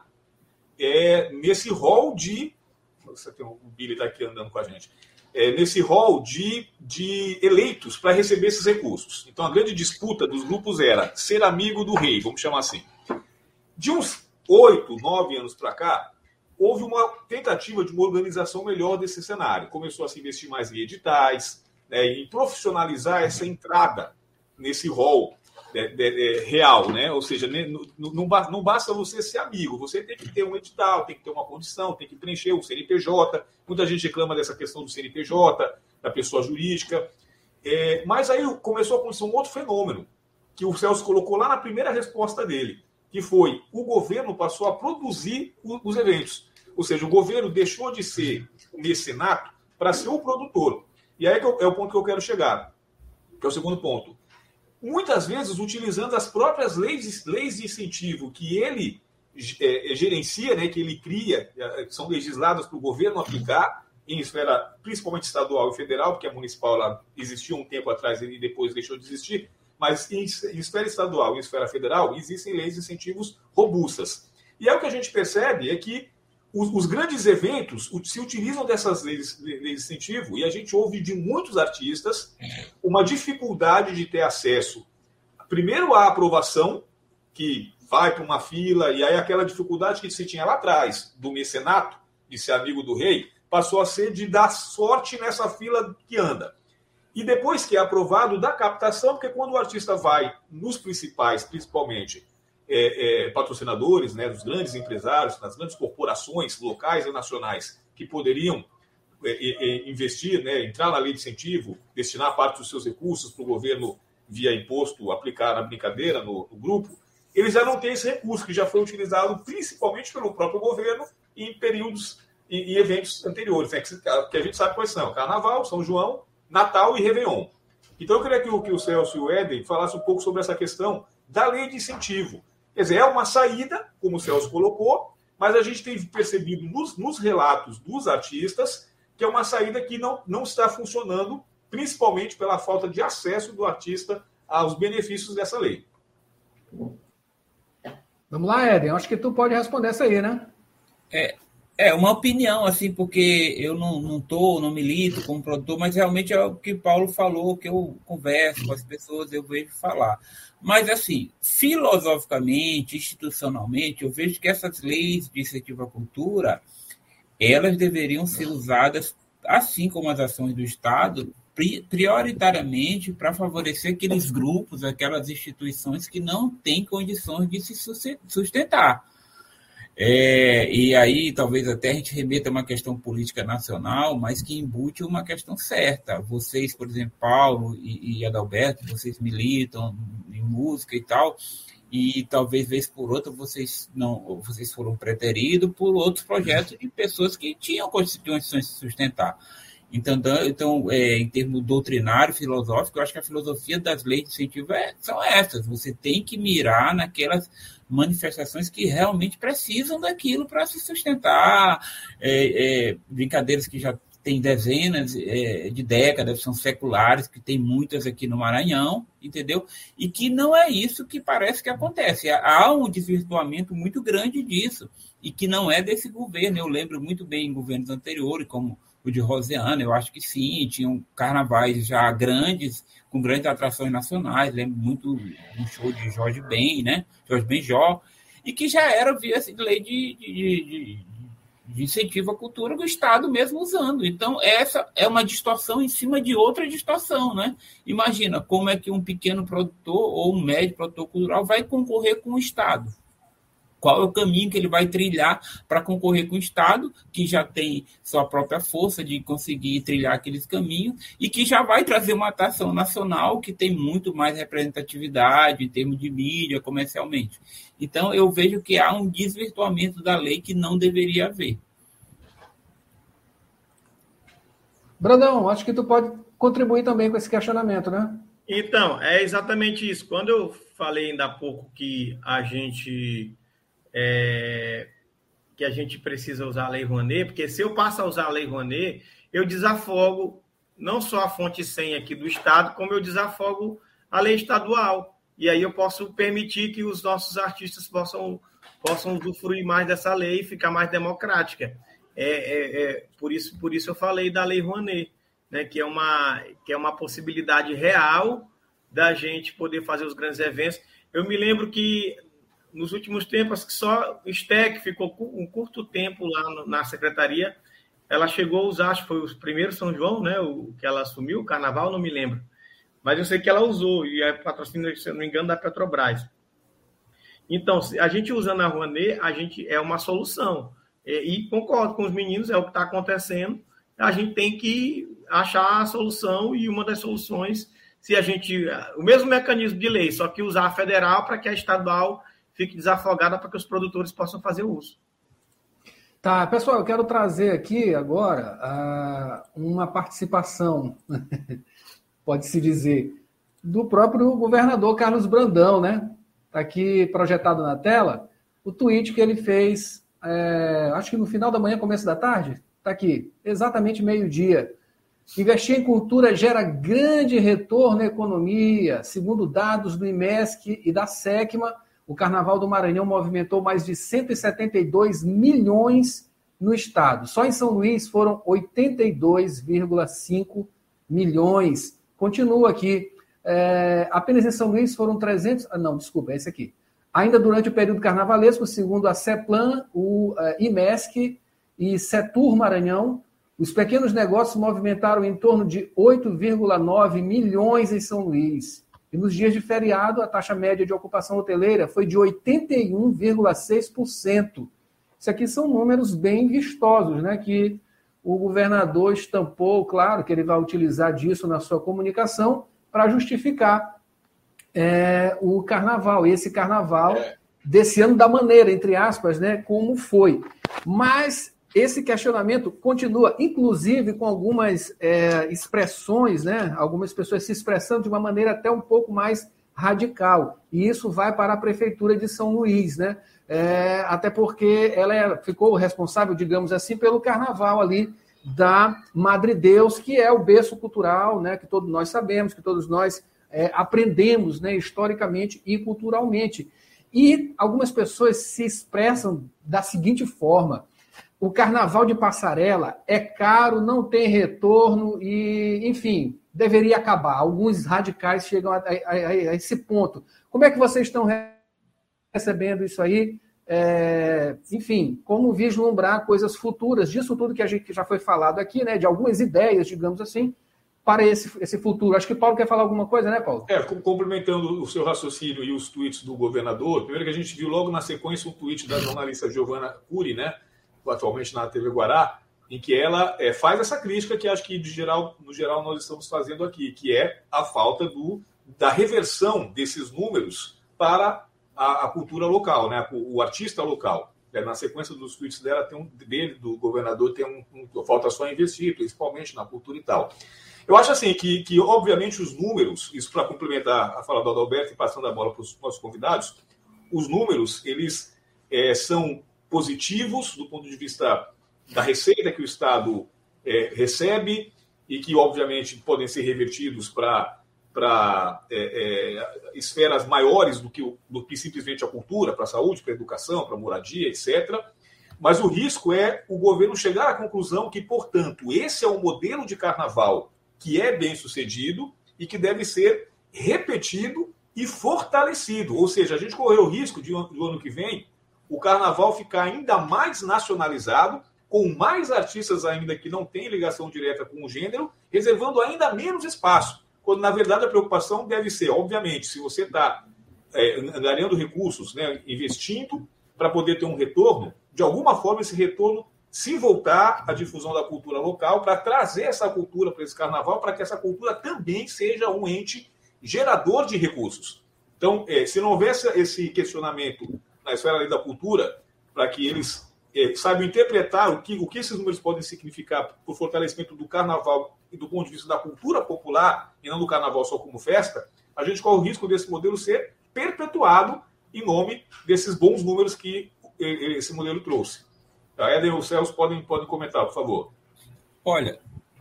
é, nesse rol de... Você tem o Billy está aqui andando com a gente. É, nesse rol de, de eleitos para receber esses recursos. Então, a grande disputa dos grupos era ser amigo do rei, vamos chamar assim. De uns oito, nove anos para cá, houve uma tentativa de uma organização melhor desse cenário. Começou a se investir mais em editais, né, em profissionalizar essa entrada nesse rol de, de, de, real, né? Ou seja, não, não, não basta você ser amigo, você tem que ter um edital, tem que ter uma condição, tem que preencher o C N P J. Muita gente reclama dessa questão do C N P J, da pessoa jurídica. É, mas aí começou a acontecer um outro fenômeno, que o Celso colocou lá na primeira resposta dele, que foi o governo passou a produzir os eventos. Ou seja, o governo deixou de ser o mecenato para ser o produtor. E aí é o ponto que eu quero chegar, que é o segundo ponto. Muitas vezes utilizando as próprias leis, leis de incentivo que ele é, gerencia, né, que ele cria, são legisladas para o governo aplicar em esfera principalmente estadual e federal, porque a municipal lá existiu um tempo atrás e depois deixou de existir, mas em, em esfera estadual e em esfera federal existem leis de incentivos robustas. E aí o que a gente percebe é que os, os grandes eventos se utilizam dessas leis, leis de incentivo, e a gente ouve de muitos artistas uma dificuldade de ter acesso, primeiro, à aprovação, que vai para uma fila, e aí aquela dificuldade que se tinha lá atrás, do mecenato, de ser amigo do rei, passou a ser de dar sorte nessa fila que anda. E depois que é aprovado, da captação, porque quando o artista vai nos principais, principalmente, É, é, patrocinadores, né, dos grandes empresários, das grandes corporações locais e nacionais que poderiam é, é, investir, né, entrar na lei de incentivo, destinar parte dos seus recursos para o governo via imposto, aplicar na brincadeira, no, no grupo, eles já não têm esse recurso, que já foi utilizado principalmente pelo próprio governo em períodos e, e eventos anteriores, né, que, que a gente sabe quais são: Carnaval, São João, Natal e Réveillon. Então eu queria que o, que o Celso e o Éden falassem um pouco sobre essa questão da lei de incentivo. Quer dizer, é uma saída, como o Celso colocou, mas a gente tem percebido nos, nos relatos dos artistas que é uma saída que não, não está funcionando, principalmente pela falta de acesso do artista aos benefícios dessa lei. Vamos lá, Éden. Acho que tu pode responder essa aí, né? É, é uma opinião, assim, porque eu não, não tô, não milito como produtor, mas realmente é o que Paulo falou, que eu converso com as pessoas, eu vejo falar. Mas, assim, filosoficamente, institucionalmente, eu vejo que essas leis de incentivo à cultura, elas deveriam ser usadas, assim como as ações do Estado, prioritariamente para favorecer aqueles grupos, aquelas instituições que não têm condições de se sustentar. É, e aí, talvez até a gente remeta a uma questão política nacional, mas que embute uma questão certa. Vocês, por exemplo, Paulo e, e Adalberto, vocês militam em música e tal, e talvez, vez por outra, vocês, não, vocês foram preteridos por outros projetos de pessoas que tinham condições de se sustentar. Então, então é, em termos doutrinário, filosófico, eu acho que a filosofia das leis de incentivo é, são essas. Você tem que mirar naquelas manifestações que realmente precisam daquilo para se sustentar. É, é, brincadeiras que já têm dezenas é, de décadas, são seculares, que tem muitas aqui no Maranhão, entendeu? E que não é isso que parece que acontece. Há um desvirtuamento muito grande disso, e que não é desse governo. Eu lembro muito bem em governos anteriores, como o de Rosiana, eu acho que sim, tinham carnavais já grandes, com grandes atrações nacionais, lembro muito do show de Jorge Ben, né? Jorge Benjó, e que já era via assim, lei de, de, de, de incentivo à cultura do Estado mesmo usando. Então, essa é uma distorção em cima de outra distorção, né? Imagina como é que um pequeno produtor ou um médio produtor cultural vai concorrer com o Estado. Qual é o caminho que ele vai trilhar para concorrer com o Estado, que já tem sua própria força de conseguir trilhar aqueles caminhos e que já vai trazer uma atração nacional que tem muito mais representatividade em termos de mídia, comercialmente. Então, eu vejo que há um desvirtuamento da lei que não deveria haver. Brandão, acho que tu pode contribuir também com esse questionamento, né? Então, é exatamente isso. Quando eu falei ainda há pouco que a gente é, que a gente precisa usar a Lei Rouanet, porque se eu passo a usar a Lei Rouanet, eu desafogo não só a fonte cem aqui do Estado, como eu desafogo a lei estadual. E aí eu posso permitir que os nossos artistas possam, possam usufruir mais dessa lei e ficar mais democrática. É, é, é, por isso, por isso eu falei da Lei Rouanet, né, que é uma, que é uma possibilidade real da gente poder fazer os grandes eventos. Eu me lembro que, nos últimos tempos, que só o S T E C ficou um curto tempo lá na secretaria, ela chegou a usar, acho que foi o primeiro São João, né, o que ela assumiu, o Carnaval, não me lembro. Mas eu sei que ela usou, e é patrocínio, se não me engano, da Petrobras. Então, a gente usando a Rouanet, a gente é uma solução. E concordo com os meninos, é o que está acontecendo. A gente tem que achar a solução, e uma das soluções, se a gente... O mesmo mecanismo de lei, só que usar a federal para que a estadual fique desafogada para que os produtores possam fazer uso. Tá, pessoal, eu quero trazer aqui agora uh, uma participação, pode-se dizer, do próprio governador Carlos Brandão, né? Está aqui projetado na tela o tweet que ele fez, é, acho que no final da manhã, começo da tarde, está aqui, exatamente meio-dia. Investir em cultura gera grande retorno à economia. Segundo dados do IMESC e da SECMA, o Carnaval do Maranhão movimentou mais de cento e setenta e dois milhões no estado. Só em São Luís foram oitenta e dois vírgula cinco milhões. Continua aqui. É, apenas em São Luís foram trezentos... Ah, não, desculpa, é esse aqui. Ainda durante o período carnavalesco, segundo a CEPLAN, o uh, IMESC e Setur Maranhão, os pequenos negócios movimentaram em torno de oito vírgula nove milhões em São Luís. E nos dias de feriado, a taxa média de ocupação hoteleira foi de oitenta e um vírgula seis por cento. Isso aqui são números bem vistosos, né? Que o governador estampou, claro, que ele vai utilizar disso na sua comunicação para justificar é, o carnaval. E esse carnaval é. desse ano da maneira, entre aspas, né? Como foi. Mas esse questionamento continua, inclusive com algumas é, expressões, né? Algumas pessoas se expressando de uma maneira até um pouco mais radical. E isso vai para a Prefeitura de São Luís, né? É, até porque ela é, ficou responsável, digamos assim, pelo carnaval ali da Madre Deus, que é o berço cultural, né? Que todos nós sabemos, que todos nós é, aprendemos, né? Historicamente e culturalmente. E algumas pessoas se expressam da seguinte forma: o carnaval de passarela é caro, não tem retorno e, enfim, deveria acabar. Alguns radicais chegam a, a, a, a esse ponto. Como é que vocês estão recebendo isso aí? É, enfim, como vislumbrar coisas futuras disso tudo que a gente já foi falado aqui, né? De algumas ideias, digamos assim, para esse, esse futuro. Acho que Paulo quer falar alguma coisa, né, Paulo? É, complementando o seu raciocínio e os tweets do governador, primeiro que a gente viu logo na sequência um tweet da jornalista Giovana Cury, né? Atualmente na T V Guará, em que ela é, faz essa crítica que acho que de geral, no geral nós estamos fazendo aqui, que é a falta do, da reversão desses números para a, a cultura local, né? o, o artista local. É, na sequência dos tweets dela, tem um, dele, do governador, tem um, um, falta só investir, principalmente na cultura e tal. Eu acho assim que, que obviamente, os números, isso para complementar a fala do Adalberto e passando a bola para os nossos convidados, os números, eles é, são positivos do ponto de vista da receita que o Estado é, recebe e que, obviamente, podem ser revertidos para para é, é, esferas maiores do que, do que simplesmente a cultura, para a saúde, para a educação, para a moradia, etcétera. Mas o risco é o governo chegar à conclusão que, portanto, esse é o modelo de carnaval que é bem sucedido e que deve ser repetido e fortalecido. Ou seja, a gente correu o risco de, do ano que vem o carnaval ficar ainda mais nacionalizado, com mais artistas ainda que não têm ligação direta com o gênero, reservando ainda menos espaço. Quando, na verdade, a preocupação deve ser, obviamente, se você está é, angariando recursos, né, investindo para poder ter um retorno, de alguma forma esse retorno se voltar à difusão da cultura local, para trazer essa cultura para esse carnaval, para que essa cultura também seja um ente gerador de recursos. Então, é, se não houvesse esse questionamento na esfera da cultura, para que eles é, saibam interpretar o que, o que esses números podem significar para o fortalecimento do carnaval e do ponto de vista da cultura popular, e não do carnaval só como festa, a gente corre o risco desse modelo ser perpetuado em nome desses bons números que esse modelo trouxe. A Éder e o Celso podem, podem comentar, por favor. Olha,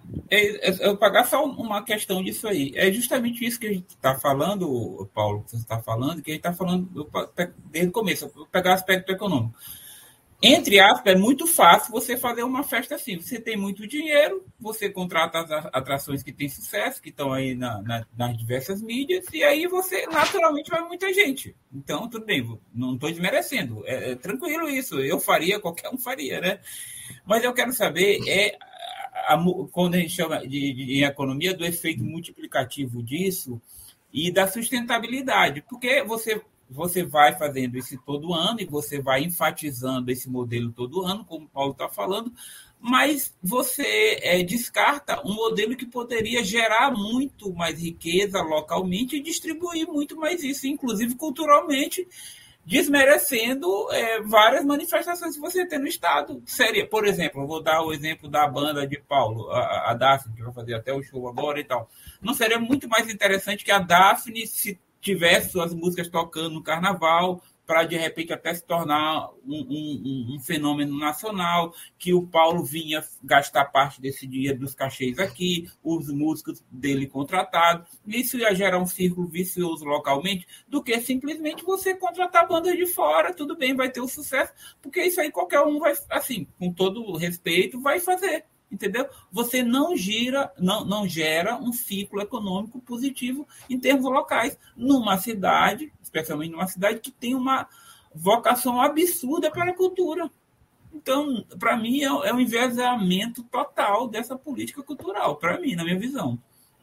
eu vou pegar só uma questão disso aí. É justamente isso que a gente está falando, Paulo, que você está falando, que a gente está falando desde o começo. Eu vou pegar o aspecto econômico. Entre aspas, é muito fácil você fazer uma festa assim. Você tem muito dinheiro, você contrata as atrações que têm sucesso, que estão aí na, na, nas diversas mídias, e aí você, naturalmente, vai muita gente. Então, tudo bem, não estou desmerecendo. É, é tranquilo isso. Eu faria, qualquer um faria, né? Mas eu quero saber, é, a, a, quando a gente chama de, de, em economia, do efeito multiplicativo disso e da sustentabilidade. Porque você... Você vai fazendo isso todo ano e você vai enfatizando esse modelo todo ano, como o Paulo está falando, mas você é, descarta um modelo que poderia gerar muito mais riqueza localmente e distribuir muito mais isso, inclusive culturalmente, desmerecendo é, várias manifestações que você tem no Estado. Seria, por exemplo, eu vou dar o exemplo da banda de Paulo, a, a Daphne, que vai fazer até o show agora e tal. Não seria muito mais interessante que a Daphne se tivesse suas músicas tocando no carnaval, para de repente até se tornar um, um, um fenômeno nacional, que o Paulo vinha gastar parte desse dinheiro dos cachês aqui, os músicos dele contratados, isso ia gerar um círculo vicioso localmente, do que simplesmente você contratar bandas de fora, tudo bem, vai ter o sucesso, porque isso aí qualquer um vai, assim, com todo o respeito, vai fazer. Entendeu? Você não gira, não, não gera um ciclo econômico positivo em termos locais, numa cidade, especialmente numa cidade que tem uma vocação absurda para a cultura. Então, para mim, é, é um enviesamento total dessa política cultural, para mim, na minha visão.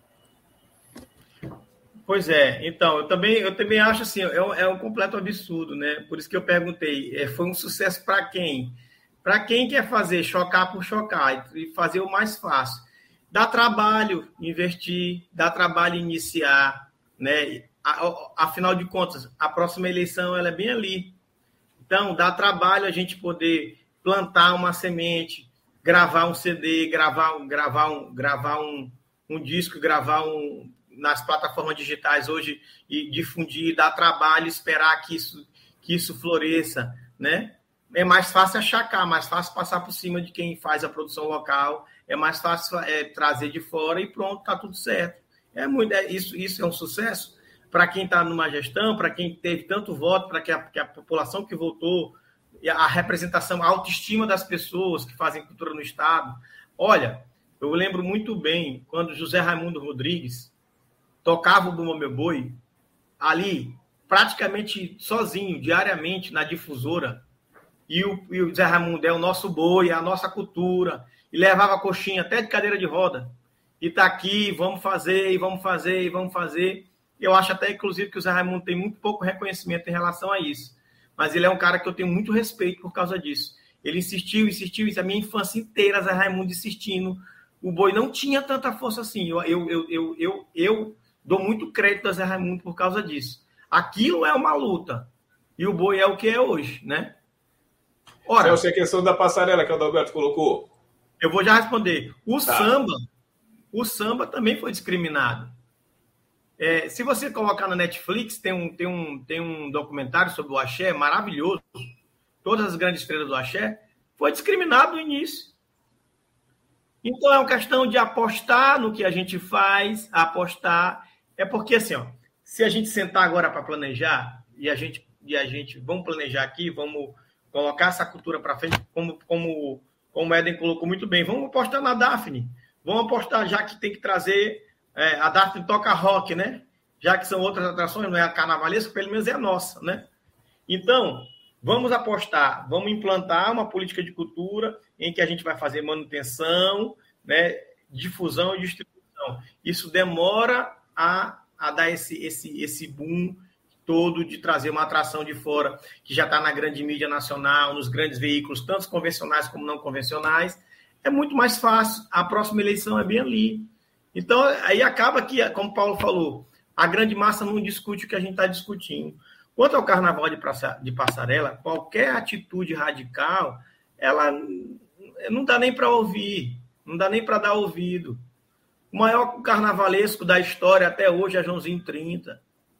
Pois é, então, eu também, eu também acho assim, é um, é um completo absurdo, né? Por isso que eu perguntei, é, foi um sucesso para quem? Para quem quer fazer chocar por chocar e fazer o mais fácil. Dá trabalho investir, dá trabalho iniciar, né? Afinal de contas, a próxima eleição ela é bem ali. Então, dá trabalho a gente poder plantar uma semente, gravar um C D, gravar, gravar, um, gravar um, um disco, gravar um, nas plataformas digitais hoje e difundir, dar trabalho, esperar que isso, que isso floresça, né? É mais fácil achacar, mais fácil passar por cima de quem faz a produção local, é mais fácil é, trazer de fora e pronto, está tudo certo. É muito, é, isso, isso é um sucesso para quem está numa gestão, para quem teve tanto voto, para que a, que a população que votou, a representação, a autoestima das pessoas que fazem cultura no Estado. Olha, eu lembro muito bem quando José Raimundo Rodrigues tocava o Bumba Meu Boi, ali, praticamente sozinho, diariamente, na difusora. E o, e o Zé Raimundo é o nosso boi, é a nossa cultura. E levava a coxinha até de cadeira de roda. E tá aqui, vamos fazer, e vamos fazer, e vamos fazer. Eu acho até, inclusive, que o Zé Raimundo tem muito pouco reconhecimento em relação a isso. Mas ele é um cara que eu tenho muito respeito por causa disso. Ele insistiu, insistiu, a minha infância inteira, Zé Raimundo insistindo. O boi não tinha tanta força assim. Eu, eu, eu, eu, eu, eu dou muito crédito a Zé Raimundo por causa disso. Aquilo é uma luta. E o boi é o que é hoje, né? Ora, essa é a questão da passarela que o Adalberto colocou. Eu vou já responder. O tá. samba, o samba também foi discriminado. É, se você colocar na Netflix, tem um, tem, um, tem um documentário sobre o axé maravilhoso. Todas as grandes estrelas do axé foi discriminado no início. Então é uma questão de apostar no que a gente faz, apostar. É porque assim, ó, se a gente sentar agora para planejar e a gente e a gente vamos planejar aqui, vamos colocar essa cultura para frente, como, como, como o Éden colocou muito bem. Vamos apostar na Daphne. Vamos apostar, já que tem que trazer... É, a Daphne toca rock, né? Já que são outras atrações, não é a carnavalesca, pelo menos é a nossa, né? Então, vamos apostar, vamos implantar uma política de cultura em que a gente vai fazer manutenção, né, difusão e distribuição. Isso demora a, a dar esse, esse, esse boom todo de trazer uma atração de fora que já está na grande mídia nacional, nos grandes veículos, tanto convencionais como não convencionais. É muito mais fácil. A próxima eleição é bem ali. Então, aí acaba que, como o Paulo falou, a grande massa não discute o que a gente está discutindo. Quanto ao carnaval de, praça, de passarela, qualquer atitude radical, ela não dá nem para ouvir, não dá nem para dar ouvido. O maior carnavalesco da história até hoje é Joãozinho trinta.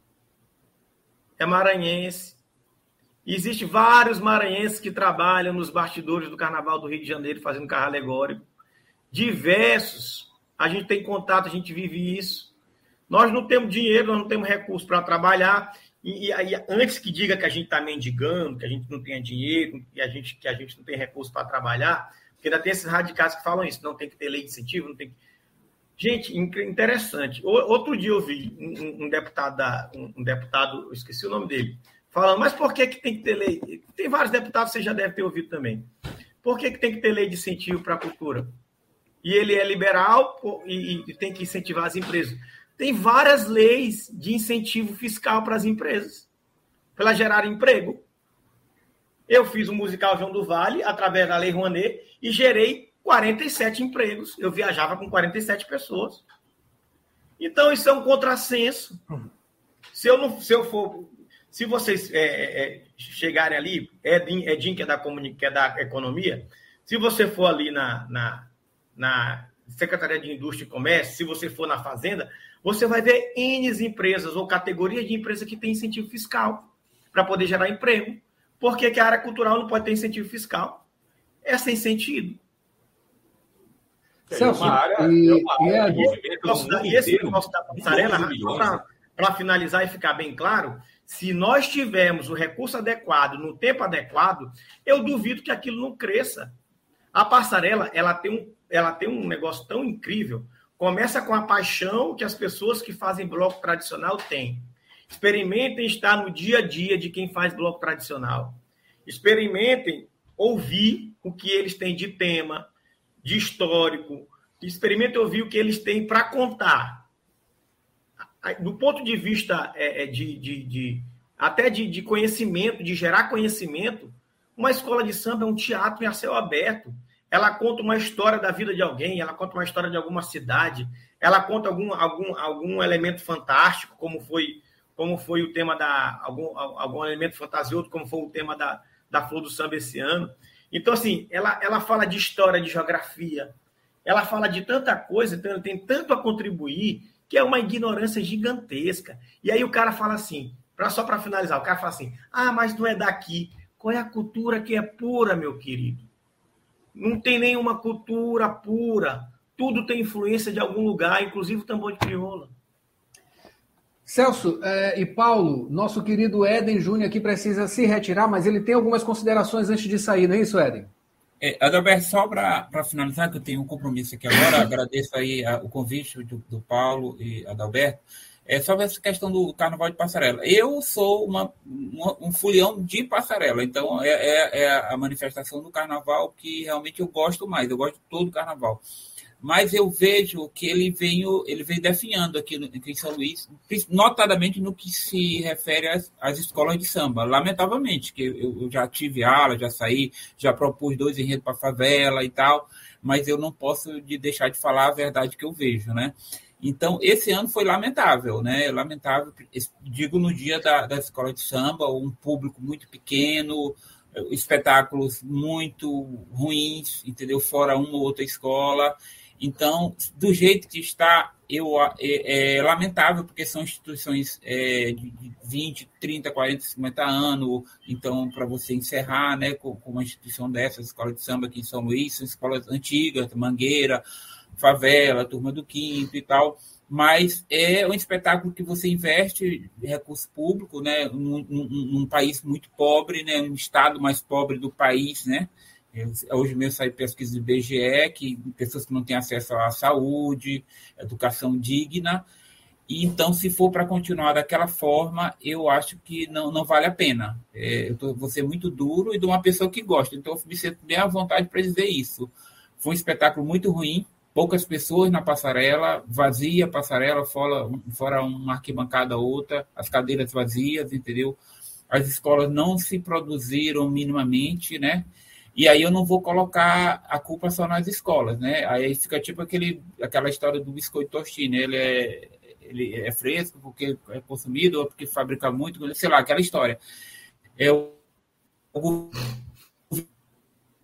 É maranhense. Existem vários maranhenses que trabalham nos bastidores do Carnaval do Rio de Janeiro, fazendo carro alegórico. Diversos. A gente tem contato, a gente vive isso. Nós não temos dinheiro, nós não temos recursos para trabalhar. E, e aí, antes que diga que a gente está mendigando, que a gente não tem dinheiro, que a gente, que a gente não tem recursos para trabalhar, porque ainda tem esses radicais que falam isso, não tem que ter lei de incentivo, não tem que... Gente, interessante. Outro dia eu vi um, um deputado, da, um, um deputado, eu esqueci o nome dele, falando, mas por que, que tem que ter lei? Tem vários deputados, você já deve ter ouvido também. Por que, que tem que ter lei de incentivo para a cultura? E ele é liberal e, e tem que incentivar as empresas. Tem várias leis de incentivo fiscal para as empresas, para elas gerarem emprego. Eu fiz o musical João do Vale, através da Lei Rouanet, e gerei quarenta e sete empregos. Eu viajava com quarenta e sete pessoas. Então, isso é um contrassenso. Se eu, não, se eu for... Se vocês é, é, chegarem ali, Edinho, Edinho que, é da comuni, que é da economia, se você for ali na, na, na Secretaria de Indústria e Comércio, se você for na Fazenda, você vai ver N empresas ou categorias de empresas que têm incentivo fiscal para poder gerar emprego. Por que, que a área cultural não pode ter incentivo fiscal? É sem sentido. Celso, e esse negócio da passarela, para finalizar e ficar bem claro, se nós tivermos o recurso adequado, no tempo adequado, eu duvido que aquilo não cresça. A passarela, ela tem um, ela tem um negócio tão incrível. Começa com a paixão que as pessoas que fazem bloco tradicional têm. Experimentem estar no dia a dia de quem faz bloco tradicional. Experimentem ouvir o que eles têm de tema, de histórico. Experimentem ouvir o que eles têm para contar. Do ponto de vista é, de, de, de, até de, de conhecimento, de gerar conhecimento, uma escola de samba é um teatro em a céu aberto. Ela conta uma história da vida de alguém, ela conta uma história de alguma cidade, ela conta algum, algum, algum elemento fantástico, como foi, como foi o tema da... Algum, algum elemento fantasioso, como foi o tema da, da Flor do Samba esse ano. Então, assim, ela, ela fala de história, de geografia, ela fala de tanta coisa, tem, tem tanto a contribuir, que é uma ignorância gigantesca. E aí o cara fala assim, pra, só para finalizar, o cara fala assim, ah, mas não é daqui. Qual é a cultura que é pura, meu querido? Não tem nenhuma cultura pura. Tudo tem influência de algum lugar, inclusive o tambor de crioula. Celso é, e Paulo, nosso querido Éden Júnior aqui precisa se retirar, mas ele tem algumas considerações antes de sair, não é isso, Éden? É, Adalberto, só para finalizar, que eu tenho um compromisso aqui agora, agradeço aí a, o convite do, do Paulo e Adalberto, é sobre essa questão do Carnaval de Passarela. Eu sou uma, uma, um folião de passarela, então é, é, é a manifestação do Carnaval que realmente eu gosto mais, eu gosto de todo o Carnaval. Mas eu vejo que ele veio, ele veio definhando aqui, no, aqui em São Luís, notadamente no que se refere às, às escolas de samba. Lamentavelmente, que eu, eu já tive aula, já saí, já propus dois enredos para a favela e tal, mas eu não posso de deixar de falar a verdade que eu vejo, né? Então, esse ano foi lamentável, né? Lamentável, digo, no dia da, da escola de samba, um público muito pequeno, espetáculos muito ruins, entendeu? Fora uma ou outra escola. Então, do jeito que está, eu, é, é lamentável, porque são instituições é, de vinte, trinta, quarenta, cinquenta anos. Então, para você encerrar, né, com, com uma instituição dessa, a escola de samba aqui em São Luís, são escolas antigas, Mangueira, Favela, Turma do Quinto e tal. Mas é um espetáculo que você investe recurso público, né, num, num, num país muito pobre, né, um estado mais pobre do país, né? Hoje mesmo sai pesquisa do I B G E, que pessoas que não têm acesso à saúde, educação digna. E então, se for para continuar daquela forma, eu acho que não, não vale a pena. É, eu tô, vou ser muito duro e de uma pessoa que gosta. Então, eu me sinto bem à vontade para dizer isso. Foi um espetáculo muito ruim, poucas pessoas na passarela, vazia a passarela, fora, fora uma arquibancada ou outra, as cadeiras vazias, entendeu? As escolas não se produziram minimamente, né? E aí eu não vou colocar a culpa só nas escolas, né? Aí fica tipo aquele, aquela história do biscoito tostino, ele é, ele é fresco porque é consumido ou porque fabrica muito, sei lá, aquela história. É o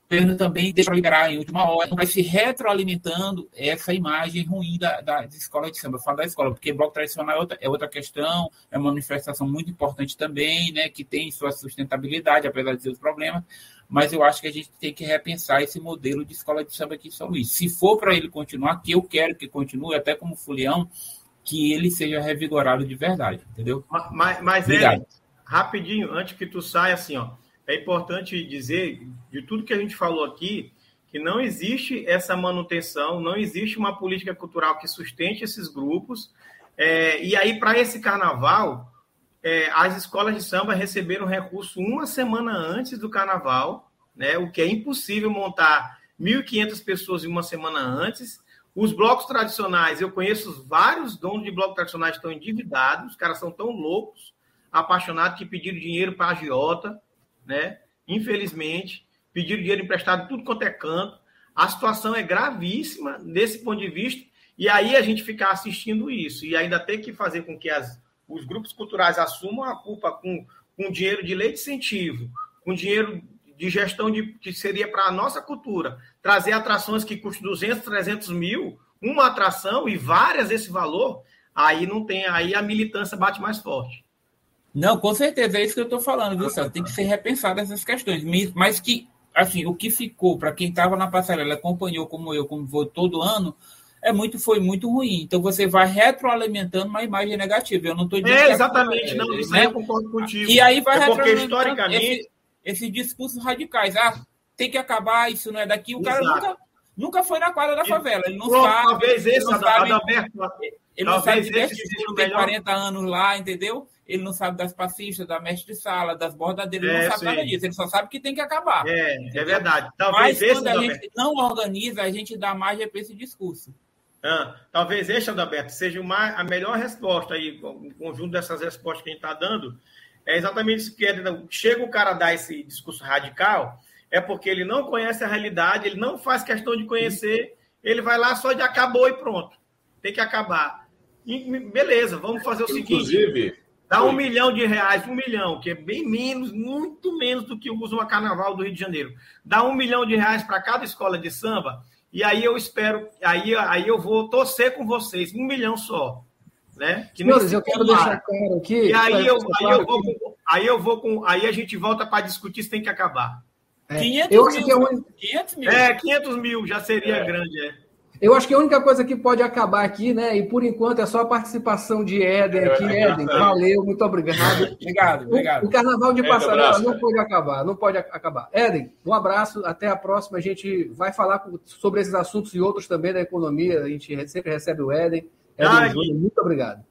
governo também deixa liberar em última hora, vai se retroalimentando essa imagem ruim da, da, da escola de samba. Eu falo da escola, porque bloco tradicional é outra, é outra questão, é uma manifestação muito importante também, né, que tem sua sustentabilidade, apesar de seus problemas, mas eu acho que a gente tem que repensar esse modelo de escola de samba aqui em São Luís. Se for para ele continuar, que eu quero que continue, até como Fulião, que ele seja revigorado de verdade, entendeu? Mas, mas ele, rapidinho, antes que tu saia, assim, ó, é importante dizer, de tudo que a gente falou aqui, que não existe essa manutenção, não existe uma política cultural que sustente esses grupos. É, e aí, para esse carnaval, é, as escolas de samba receberam recurso uma semana antes do carnaval, né, o que é impossível montar mil e quinhentas pessoas em uma semana antes. Os blocos tradicionais, eu conheço vários donos de blocos tradicionais que estão endividados, os caras são tão loucos, apaixonados, que pediram dinheiro para a agiota, né? Infelizmente, pediram dinheiro emprestado tudo quanto é canto. A situação é gravíssima desse ponto de vista, e aí a gente ficar assistindo isso, e ainda tem que fazer com que as, os grupos culturais assumam a culpa com, com dinheiro de lei de incentivo, com dinheiro de gestão de, que seria para a nossa cultura, trazer atrações que custam duzentos, trezentos mil, uma atração e várias desse valor, aí não tem, aí a militância bate mais forte. Não, com certeza, é isso que eu estou falando, viu, Celso? Tem que ser repensado essas questões. Mas que, assim, o que ficou, para quem estava na passarela, acompanhou como eu, como vou todo ano, é muito, foi muito ruim. Então, você vai retroalimentando uma imagem negativa. Eu não estou dizendo. É, exatamente, não, isso aí eu concordo contigo. E aí vai é porque, historicamente. Esse, esses discursos radicais. Ah, tem que acabar, isso não é daqui. O cara nunca, nunca foi na quadra da favela. Ele não Pronto, sabe. Talvez esse, ele não sabe, Adalberto, ele não sabe de vestir, não tem quarenta anos lá, entendeu? Ele não sabe das passistas, da mestre-sala, das bordadeiras, ele é, não sabe sim. nada disso. Ele só sabe que tem que acabar. É, entendeu? É verdade. Talvez Mas esse, quando a Adalberto... gente não organiza, a gente dá margem para esse discurso. Ah, talvez esse, Adalberto, seja uma, a melhor resposta aí, o conjunto dessas respostas que a gente está dando, é exatamente isso que é. Chega o cara a dar esse discurso radical, é porque ele não conhece a realidade, ele não faz questão de conhecer, ele vai lá só de acabou e pronto. Tem que acabar. E, beleza, vamos fazer o seguinte. Inclusive... Dá um milhão de reais, um milhão, que é bem menos, muito menos do que usa uma carnaval do Rio de Janeiro. Dá um milhão de reais para cada escola de samba, e aí eu espero, aí, aí eu vou torcer com vocês, um milhão só. Né? Que Senhores, eu quero deixar claro aqui. E aí eu, aí, eu vou com, aí eu vou com. Aí a gente volta para discutir se tem que acabar. É, quinhentos eu acho mil, que é, um... quinhentos mil. É, quinhentos mil já seria é. grande, é. Eu acho que a única coisa que pode acabar aqui, né? E por enquanto é só a participação de Éden aqui. Éden, valeu, muito obrigado. Obrigado, obrigado. O, o Carnaval de Passarela não pode acabar, não pode acabar. Éden, um abraço, até a próxima. A gente vai falar sobre esses assuntos e outros também da economia. A gente sempre recebe o Éden. Éden Júnior, muito obrigado.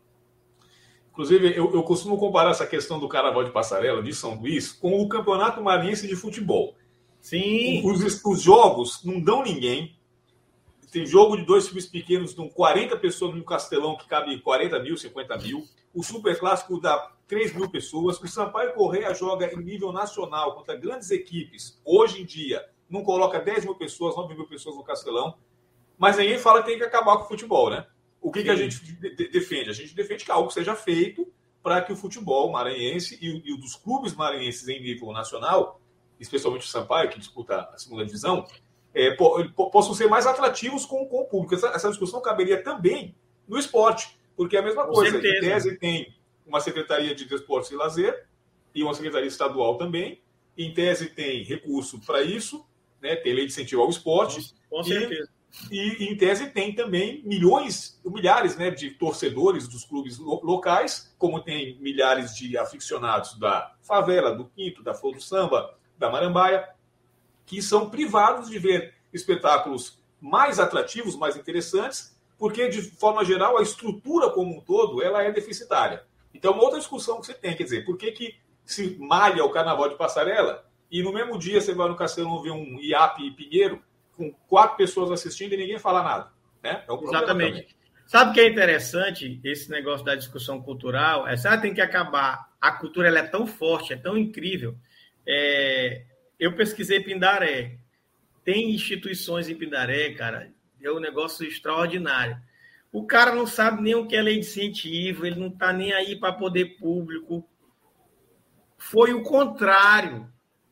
Inclusive, eu, eu costumo comparar essa questão do Carnaval de Passarela de São Luís com o Campeonato Maranhense de Futebol. Sim. Os, os jogos não dão ninguém. Tem jogo de dois times pequenos, com quarenta pessoas no Castelão, que cabe quarenta mil, cinquenta mil. O Super Clássico dá três mil pessoas. O Sampaio Corrêa joga em nível nacional contra grandes equipes. Hoje em dia, não coloca dez mil pessoas, nove mil pessoas no Castelão. Mas ninguém fala que tem que acabar com o futebol, né? O que, que a gente de- defende? A gente defende que algo seja feito para que o futebol maranhense e, e o dos clubes maranhenses em nível nacional, especialmente o Sampaio, que disputa a segunda divisão, É, po, po, possam ser mais atrativos com, com o público. Essa, essa discussão caberia também no esporte, porque é a mesma com coisa. certeza. Em tese tem uma Secretaria de Desportos e Lazer e uma Secretaria Estadual também. Em tese tem recurso para isso, né? Tem lei de incentivo ao esporte. Com, com certeza. E, e em tese tem também milhões, milhares, né, de torcedores dos clubes lo, locais, como tem milhares de aficionados da favela, do Quinto, da Flor do Samba, da Marambaia, que são privados de ver espetáculos mais atrativos, mais interessantes, porque, de forma geral, a estrutura como um todo ela é deficitária. Então, uma outra discussão que você tem, quer dizer, por que, que se malha o Carnaval de Passarela e no mesmo dia você vai no Castelão ver um I A P e Pinheiro com quatro pessoas assistindo e ninguém fala nada? Né? É um Exatamente. Também. Sabe o que é interessante, esse negócio da discussão cultural? É, sabe, tem que acabar. A cultura ela é tão forte, é tão incrível. É... Eu pesquisei Pindaré. Tem instituições em Pindaré, cara, é um negócio extraordinário. O cara não sabe nem o que é lei de incentivo, ele não está nem aí para poder público. Foi o contrário.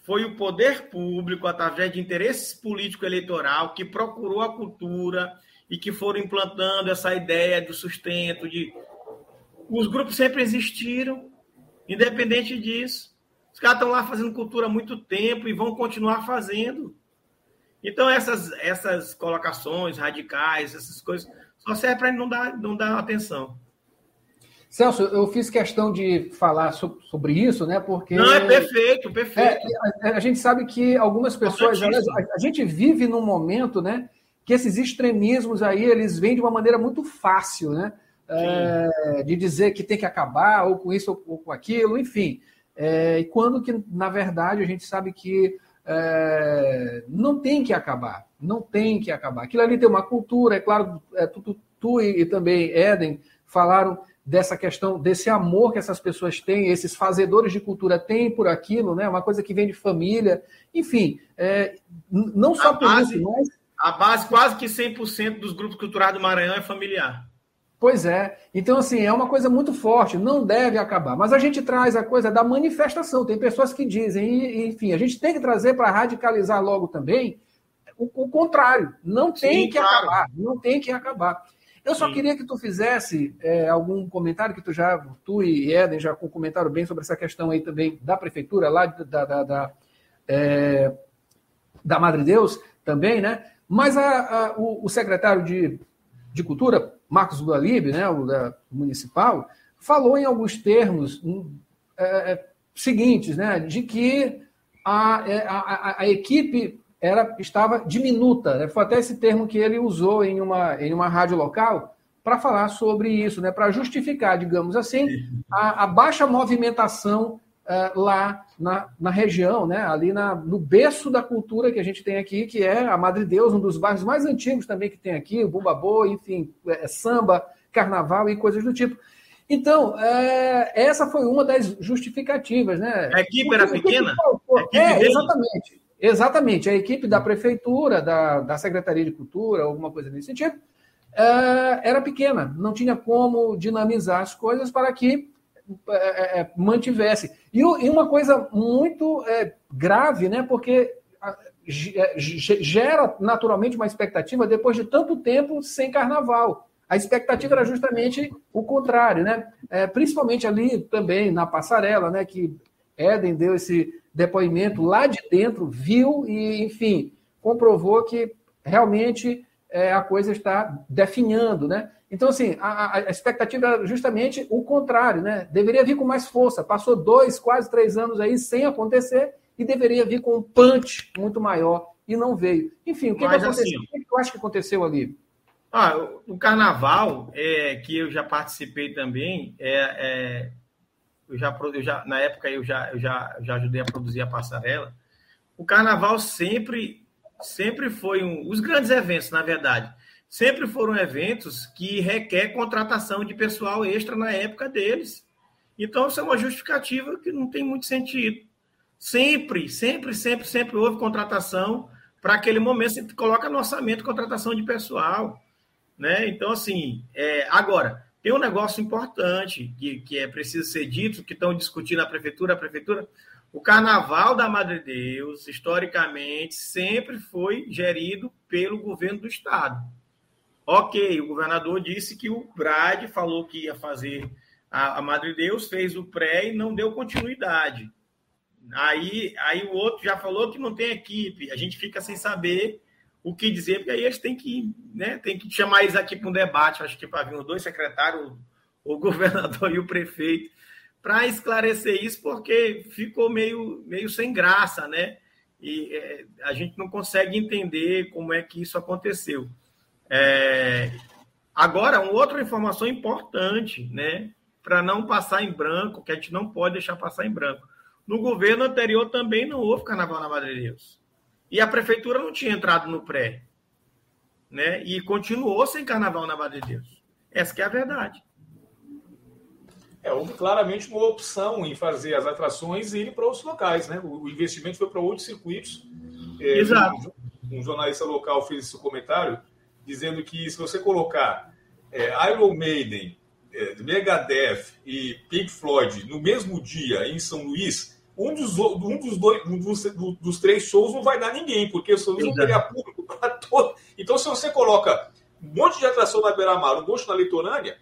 foi o poder público, através de interesses político-eleitoral, que procurou a cultura e que foram implantando essa ideia do sustento. De... Os grupos sempre existiram, independente disso. Os caras estão lá fazendo cultura há muito tempo e vão continuar fazendo. Então, essas, essas colocações radicais, essas coisas, só serve para não dar, não dar atenção. Celso, eu fiz questão de falar sobre isso, né? Porque. Não, é perfeito, perfeito. É, a, a gente sabe que algumas pessoas. Elas, a, a gente vive num momento, né? Que esses extremismos aí, eles vêm de uma maneira muito fácil, né? É, de dizer que tem que acabar, ou com isso ou com aquilo, enfim. É, e quando que, na verdade, a gente sabe que é, não tem que acabar. Não tem que acabar. Aquilo ali tem uma cultura, é claro, é, tu, tu, tu e, e também Éden falaram dessa questão, desse amor que essas pessoas têm, esses fazedores de cultura têm por aquilo, né? Uma coisa que vem de família, enfim, é, não só a por base, isso, mas... A base, quase que cem por cento dos grupos culturais do Maranhão é familiar. Pois é. Então, assim, é uma coisa muito forte, não deve acabar. Mas a gente traz a coisa da manifestação. Tem pessoas que dizem, e, enfim, a gente tem que trazer para radicalizar logo também o, o contrário. Não tem Sim, que claro. acabar, não tem que acabar. Eu só Sim. queria que tu fizesse é, algum comentário, que tu já, tu e Éden já comentaram bem sobre essa questão aí também da prefeitura, lá da, da, da, é, da Madre Deus também, né? Mas a, a, o, o secretário de, de Cultura, Marcos Gualib, né, o da municipal, falou em alguns termos um, é, seguintes, né, de que a, a, a equipe era, estava diminuta, né? Foi até esse termo que ele usou em uma, em uma rádio local para falar sobre isso, né? Para justificar, digamos assim, a, a baixa movimentação uh, lá na, na região, né? Ali na, no berço da cultura que a gente tem aqui, que é a Madre Deus, um dos bairros mais antigos também que tem aqui, o Bumba Boi, enfim, é, samba, carnaval e coisas do tipo. Então, é, essa foi uma das justificativas, né? A equipe era pequena? A equipe é, exatamente. Exatamente, a equipe da prefeitura, da, da Secretaria de Cultura, alguma coisa nesse sentido, uh, era pequena, não tinha como dinamizar as coisas para que uh, uh, mantivesse. E, e uma coisa muito uh, grave, né, porque uh, gera naturalmente uma expectativa depois de tanto tempo sem carnaval. A expectativa era justamente o contrário, né? Uh, principalmente ali também na passarela, né, que Éden deu esse depoimento lá de dentro, viu e, enfim, comprovou que realmente é, a coisa está definhando, né? Então, assim, a, a expectativa era justamente o contrário, né? Deveria vir com mais força. Passou dois, quase três anos aí sem acontecer e deveria vir com um punch muito maior e não veio. Enfim, o que, que aconteceu? Assim, o que eu acho que aconteceu ali? Ah, o carnaval, é, que eu já participei também, é... é... Eu já, eu já, na época eu já, eu já, já ajudei a produzir a passarela. O carnaval sempre, sempre foi um... Os grandes eventos, na verdade, sempre foram eventos que requer contratação de pessoal extra na época deles. Então, isso é uma justificativa que não tem muito sentido. Sempre, sempre, sempre, sempre houve contratação. Para aquele momento, você coloca no orçamento contratação de pessoal, né? Então, assim, é... agora... Tem um negócio importante que, que é preciso ser dito, que estão discutindo a prefeitura, a prefeitura. O Carnaval da Madre Deus, historicamente, sempre foi gerido pelo governo do Estado. Ok, o governador disse que o Brade falou que ia fazer a, a Madre Deus, fez o pré e não deu continuidade. Aí, aí o outro já falou que não tem equipe. A gente fica sem saber o que dizer, porque aí eles têm que, né, tem que chamar eles aqui para um debate, acho que para vir os dois secretários, o governador e o prefeito, para esclarecer isso, porque ficou meio, meio sem graça, né? E é, a gente não consegue entender como é que isso aconteceu. É, agora, uma outra informação importante, né, para não passar em branco, que a gente não pode deixar passar em branco. No governo anterior também não houve Carnaval na Madre Deus. E a prefeitura não tinha entrado no pré, né? E continuou sem carnaval na Madre Deus. Essa que é a verdade. É, houve claramente uma opção em fazer as atrações e irem para outros locais, né? O investimento foi para outros circuitos. É, Exato. Um, um jornalista local fez esse comentário, dizendo que se você colocar é, Iron Maiden, é, Megadeth e Pink Floyd no mesmo dia em São Luís, um dos, um dos, dois, um dos, dos três shows não vai dar ninguém, porque os shows vão pegar público para todo. Então, se você coloca um monte de atração na Beira-Mar, um monte na Litorânea,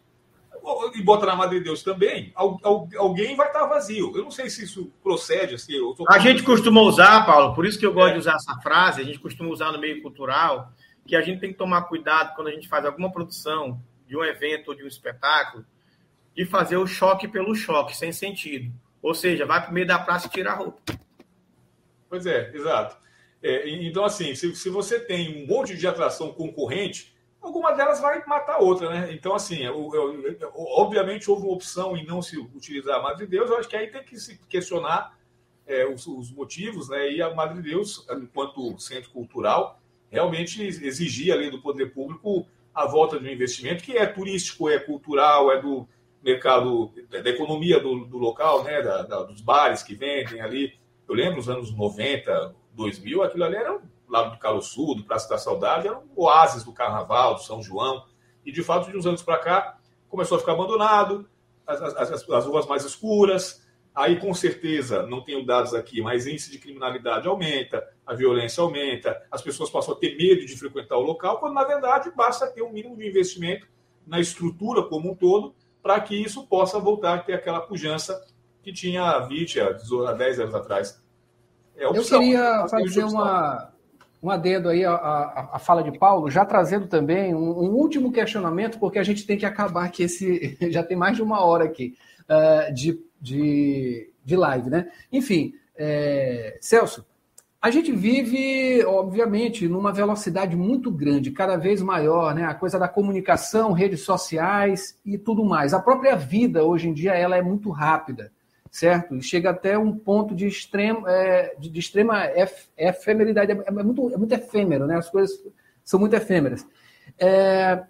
e bota na Madre Deus também, alguém vai estar vazio. Eu não sei se isso procede. Assim, eu tô... A gente costuma usar, Paulo, por isso que eu gosto é. de usar essa frase, a gente costuma usar no meio cultural, que a gente tem que tomar cuidado quando a gente faz alguma produção de um evento ou de um espetáculo, de fazer o choque pelo choque, sem sentido. Ou seja, vai para o meio da praça e tira a roupa. Pois é, exato. É, então, assim, se, se você tem um monte de atração concorrente, alguma delas vai matar a outra, né? Então, assim, eu, eu, eu, obviamente houve uma opção em não se utilizar a Madre Deus, eu acho que aí tem que se questionar é, os, os motivos, né? E a Madre Deus, enquanto centro cultural, realmente exigia ali do poder público a volta de um investimento que é turístico, é cultural, é do mercado, da economia do, do local, né? Da, da, dos bares que vendem ali. Eu lembro nos anos noventa, dois mil, aquilo ali era lado do Caroçu, do Praça da Saudade, eram oásis do Carnaval, do São João. E, de fato, de uns anos para cá, começou a ficar abandonado, as, as, as, as ruas mais escuras. Aí, com certeza, não tenho dados aqui, mas índice de criminalidade aumenta, a violência aumenta, as pessoas passam a ter medo de frequentar o local, quando, na verdade, basta ter um mínimo de investimento na estrutura como um todo para que isso possa voltar a ter aquela pujança que tinha a vinte, há dez anos atrás. É opção, Eu queria fazer uma... Um adendo aí à fala de Paulo, já trazendo também um, um último questionamento, porque a gente tem que acabar que esse já tem mais de uma hora aqui uh, de, de, de live, né? Enfim, é, Celso, a gente vive, obviamente, numa velocidade muito grande, cada vez maior, né? A coisa da comunicação, redes sociais e tudo mais. A própria vida, hoje em dia, ela é muito rápida. Certo? E chega até um ponto de, extremo, é, de, de extrema ef, efemeridade. É, é, muito, é muito efêmero, né? As coisas são muito efêmeras. É,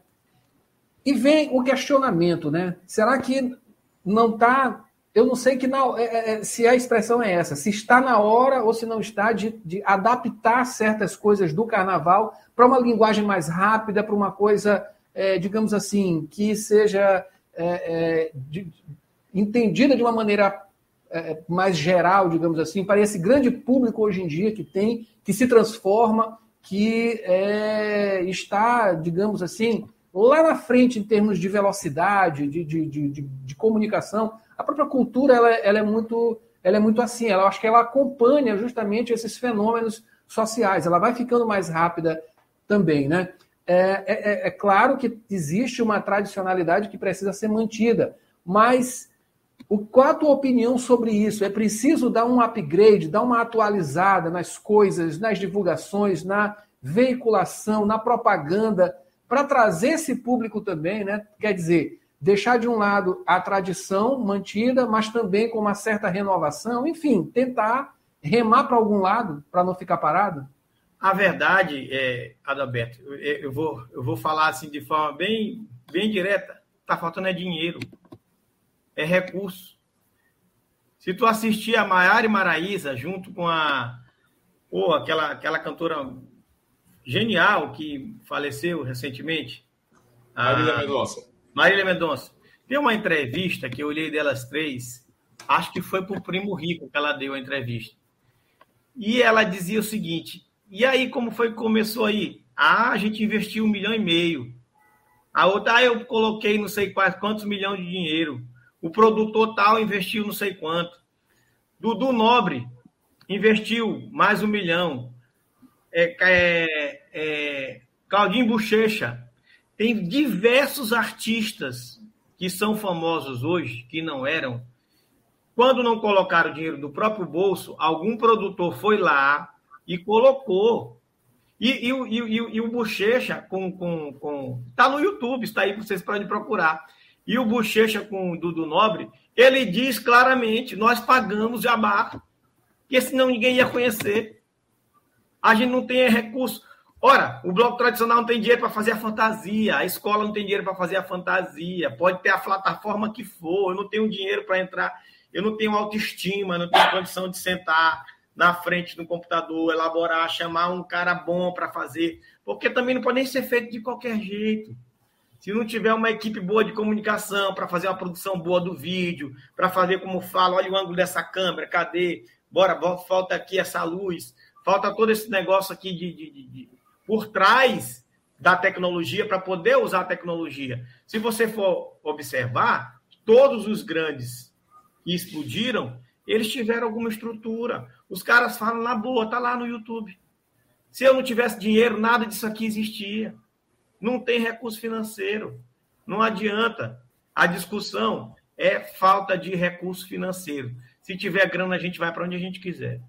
e vem o questionamento, né? Será que não está... Eu não sei que na, é, se a expressão é essa, se está na hora ou se não está de, de adaptar certas coisas do carnaval para uma linguagem mais rápida, para uma coisa, é, digamos assim, que seja é, é, de, entendida de uma maneira É, mais geral, digamos assim, para esse grande público hoje em dia que tem, que se transforma, que é, está, digamos assim, lá na frente em termos de velocidade, de, de, de, de, de comunicação. A própria cultura ela, ela, é muito, ela é muito assim, ela, eu acho que ela acompanha justamente esses fenômenos sociais, ela vai ficando mais rápida também, né? É, é, é claro que existe uma tradicionalidade que precisa ser mantida, mas qual a tua opinião sobre isso? É preciso dar um upgrade, dar uma atualizada nas coisas, nas divulgações, na veiculação, na propaganda, para trazer esse público também, né? Quer dizer, deixar de um lado a tradição mantida, mas também com uma certa renovação, enfim, tentar remar para algum lado para não ficar parado? A verdade, é, Adalberto, eu, eu, vou, eu vou falar assim de forma bem, bem direta, está faltando é dinheiro. É recurso. Se tu assistir a Maiara e Maraísa junto com a pô, aquela, aquela cantora genial que faleceu recentemente, Marília Mendonça. Marília Mendonça. Tem uma entrevista que eu olhei delas três, acho que foi para o Primo Rico que ela deu a entrevista. E ela dizia o seguinte, e aí como foi que começou aí? Ah, a gente investiu um milhão e meio. A outra, ah, eu coloquei não sei quais, quantos milhões de dinheiro. O produtor tal investiu não sei quanto. Dudu Nobre investiu mais um milhão. É, é, é, Claudinho Bochecha. Tem diversos artistas que são famosos hoje, que não eram. Quando não colocaram o dinheiro do próprio bolso, algum produtor foi lá e colocou. E, e, e, e, e o Bochecha com, com, com... Tá no YouTube, está aí, vocês podem procurar. E o Bochecha com o Dudu Nobre, ele diz claramente, nós pagamos jabá, porque senão ninguém ia conhecer. A gente não tem recurso. Ora, o bloco tradicional não tem dinheiro para fazer a fantasia, a escola não tem dinheiro para fazer a fantasia, pode ter a plataforma que for, eu não tenho dinheiro para entrar, eu não tenho autoestima, não tenho condição de sentar na frente do computador, elaborar, chamar um cara bom para fazer, porque também não pode nem ser feito de qualquer jeito. se não tiver uma equipe boa de comunicação para fazer uma produção boa do vídeo, para fazer como fala, olha o ângulo dessa câmera, cadê? Bora, falta aqui essa luz, falta todo esse negócio aqui de, de, de, de por trás da tecnologia para poder usar a tecnologia. Se você for observar, todos os grandes que explodiram, eles tiveram alguma estrutura. Os caras falam na boa, tá lá no YouTube. Se eu não tivesse dinheiro, nada disso aqui existia. Não tem recurso financeiro. Não adianta. A discussão é falta de recurso financeiro. Se tiver grana, a gente vai para onde a gente quiser.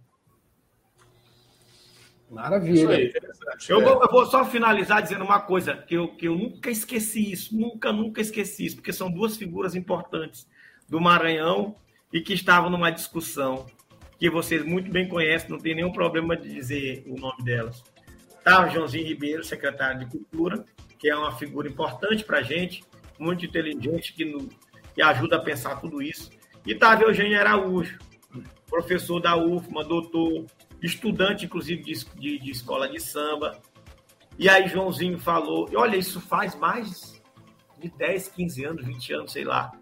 Maravilha. Isso aí, eu, vou, eu vou só finalizar dizendo uma coisa, que eu, que eu nunca esqueci isso. Nunca, nunca esqueci isso, porque são duas figuras importantes do Maranhão e que estavam numa discussão que vocês muito bem conhecem, não tem nenhum problema de dizer o nome delas. Tá, o Joãozinho Ribeiro, secretário de Cultura, que é uma figura importante para a gente, muito inteligente, que, no, que ajuda a pensar tudo isso. E estava Eugênio Araújo, professor da U F M A, doutor, estudante, inclusive, de, de, de escola de samba. E aí Joãozinho falou, e olha, isso faz mais de dez, quinze anos, vinte anos, sei lá.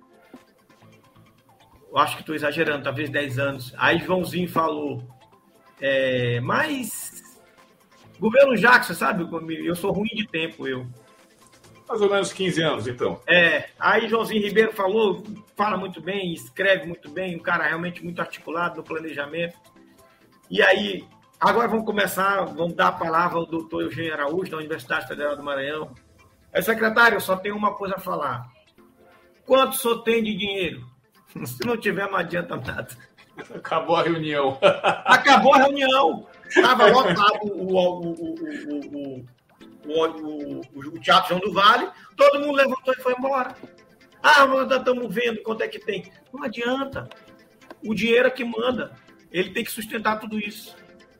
Eu acho que estou exagerando, talvez dez anos. Aí Joãozinho falou, é, mas... Governo Jackson, sabe? Eu sou ruim de tempo, eu. Mais ou menos quinze anos, então. É, aí Joãozinho Ribeiro falou, fala muito bem, escreve muito bem, um cara realmente muito articulado no planejamento. E aí, agora vamos começar, vamos dar a palavra ao doutor Eugênio Araújo, da Universidade Federal do Maranhão. É, secretário, eu só tenho uma coisa a falar. Quanto o senhor tem de dinheiro? Se não tiver, não adianta nada. Acabou a reunião. Acabou a reunião. Estava lotado o, o, o, o, o, o, o Teatro João do Vale, todo mundo levantou e foi embora. Ah, nós estamos vendo quanto é que tem. Não adianta. O dinheiro é que manda. Ele tem que sustentar tudo isso.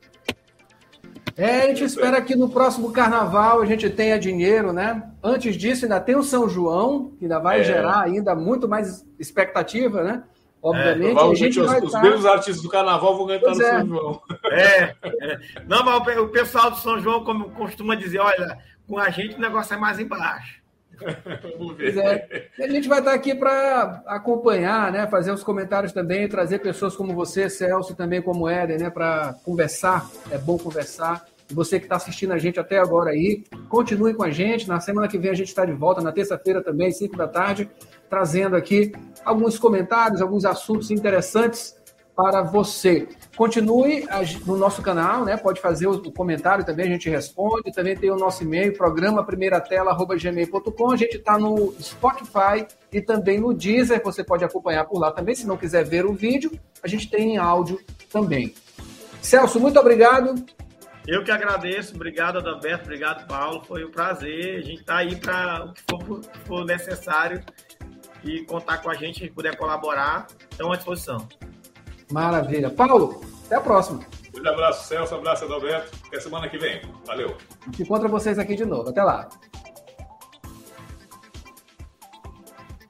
É, a gente espera que no próximo carnaval a gente tenha dinheiro, né? Antes disso, ainda tem o São João, que ainda vai é. gerar ainda muito mais expectativa, né? Obviamente, é, a gente os, vai os estar... mesmos artistas do carnaval vão cantar no é. São João. É, é. Não, mas o pessoal do São João, como costuma dizer, olha, com a gente o negócio é mais embaixo. Vamos ver. É. A gente vai estar aqui para acompanhar, né? Fazer os comentários também, trazer pessoas como você, Celso, também como Éder, né? Para conversar. É bom conversar. E você que está assistindo a gente até agora aí, continue com a gente. Na semana que vem a gente está de volta, na terça-feira também, cinco da tarde, trazendo aqui alguns comentários, alguns assuntos interessantes para você. Continue no nosso canal, né? Pode fazer o comentário também, a gente responde. Também tem o nosso e-mail, programa primeiratela arroba gmail ponto com. A gente está no Spotify e também no Deezer. Você pode acompanhar por lá também. Se não quiser ver o vídeo, a gente tem em áudio também. Celso, muito obrigado. Eu que agradeço. Obrigado, Adalberto. Obrigado, Paulo. Foi um prazer. A gente está aí para o que for, for necessário e contar com a gente, e puder colaborar. Estamos à disposição. Maravilha. Paulo, até a próxima. Um abraço, Celso. Um abraço, Adalberto. Até semana que vem. Valeu. A gente encontra vocês aqui de novo. Até lá.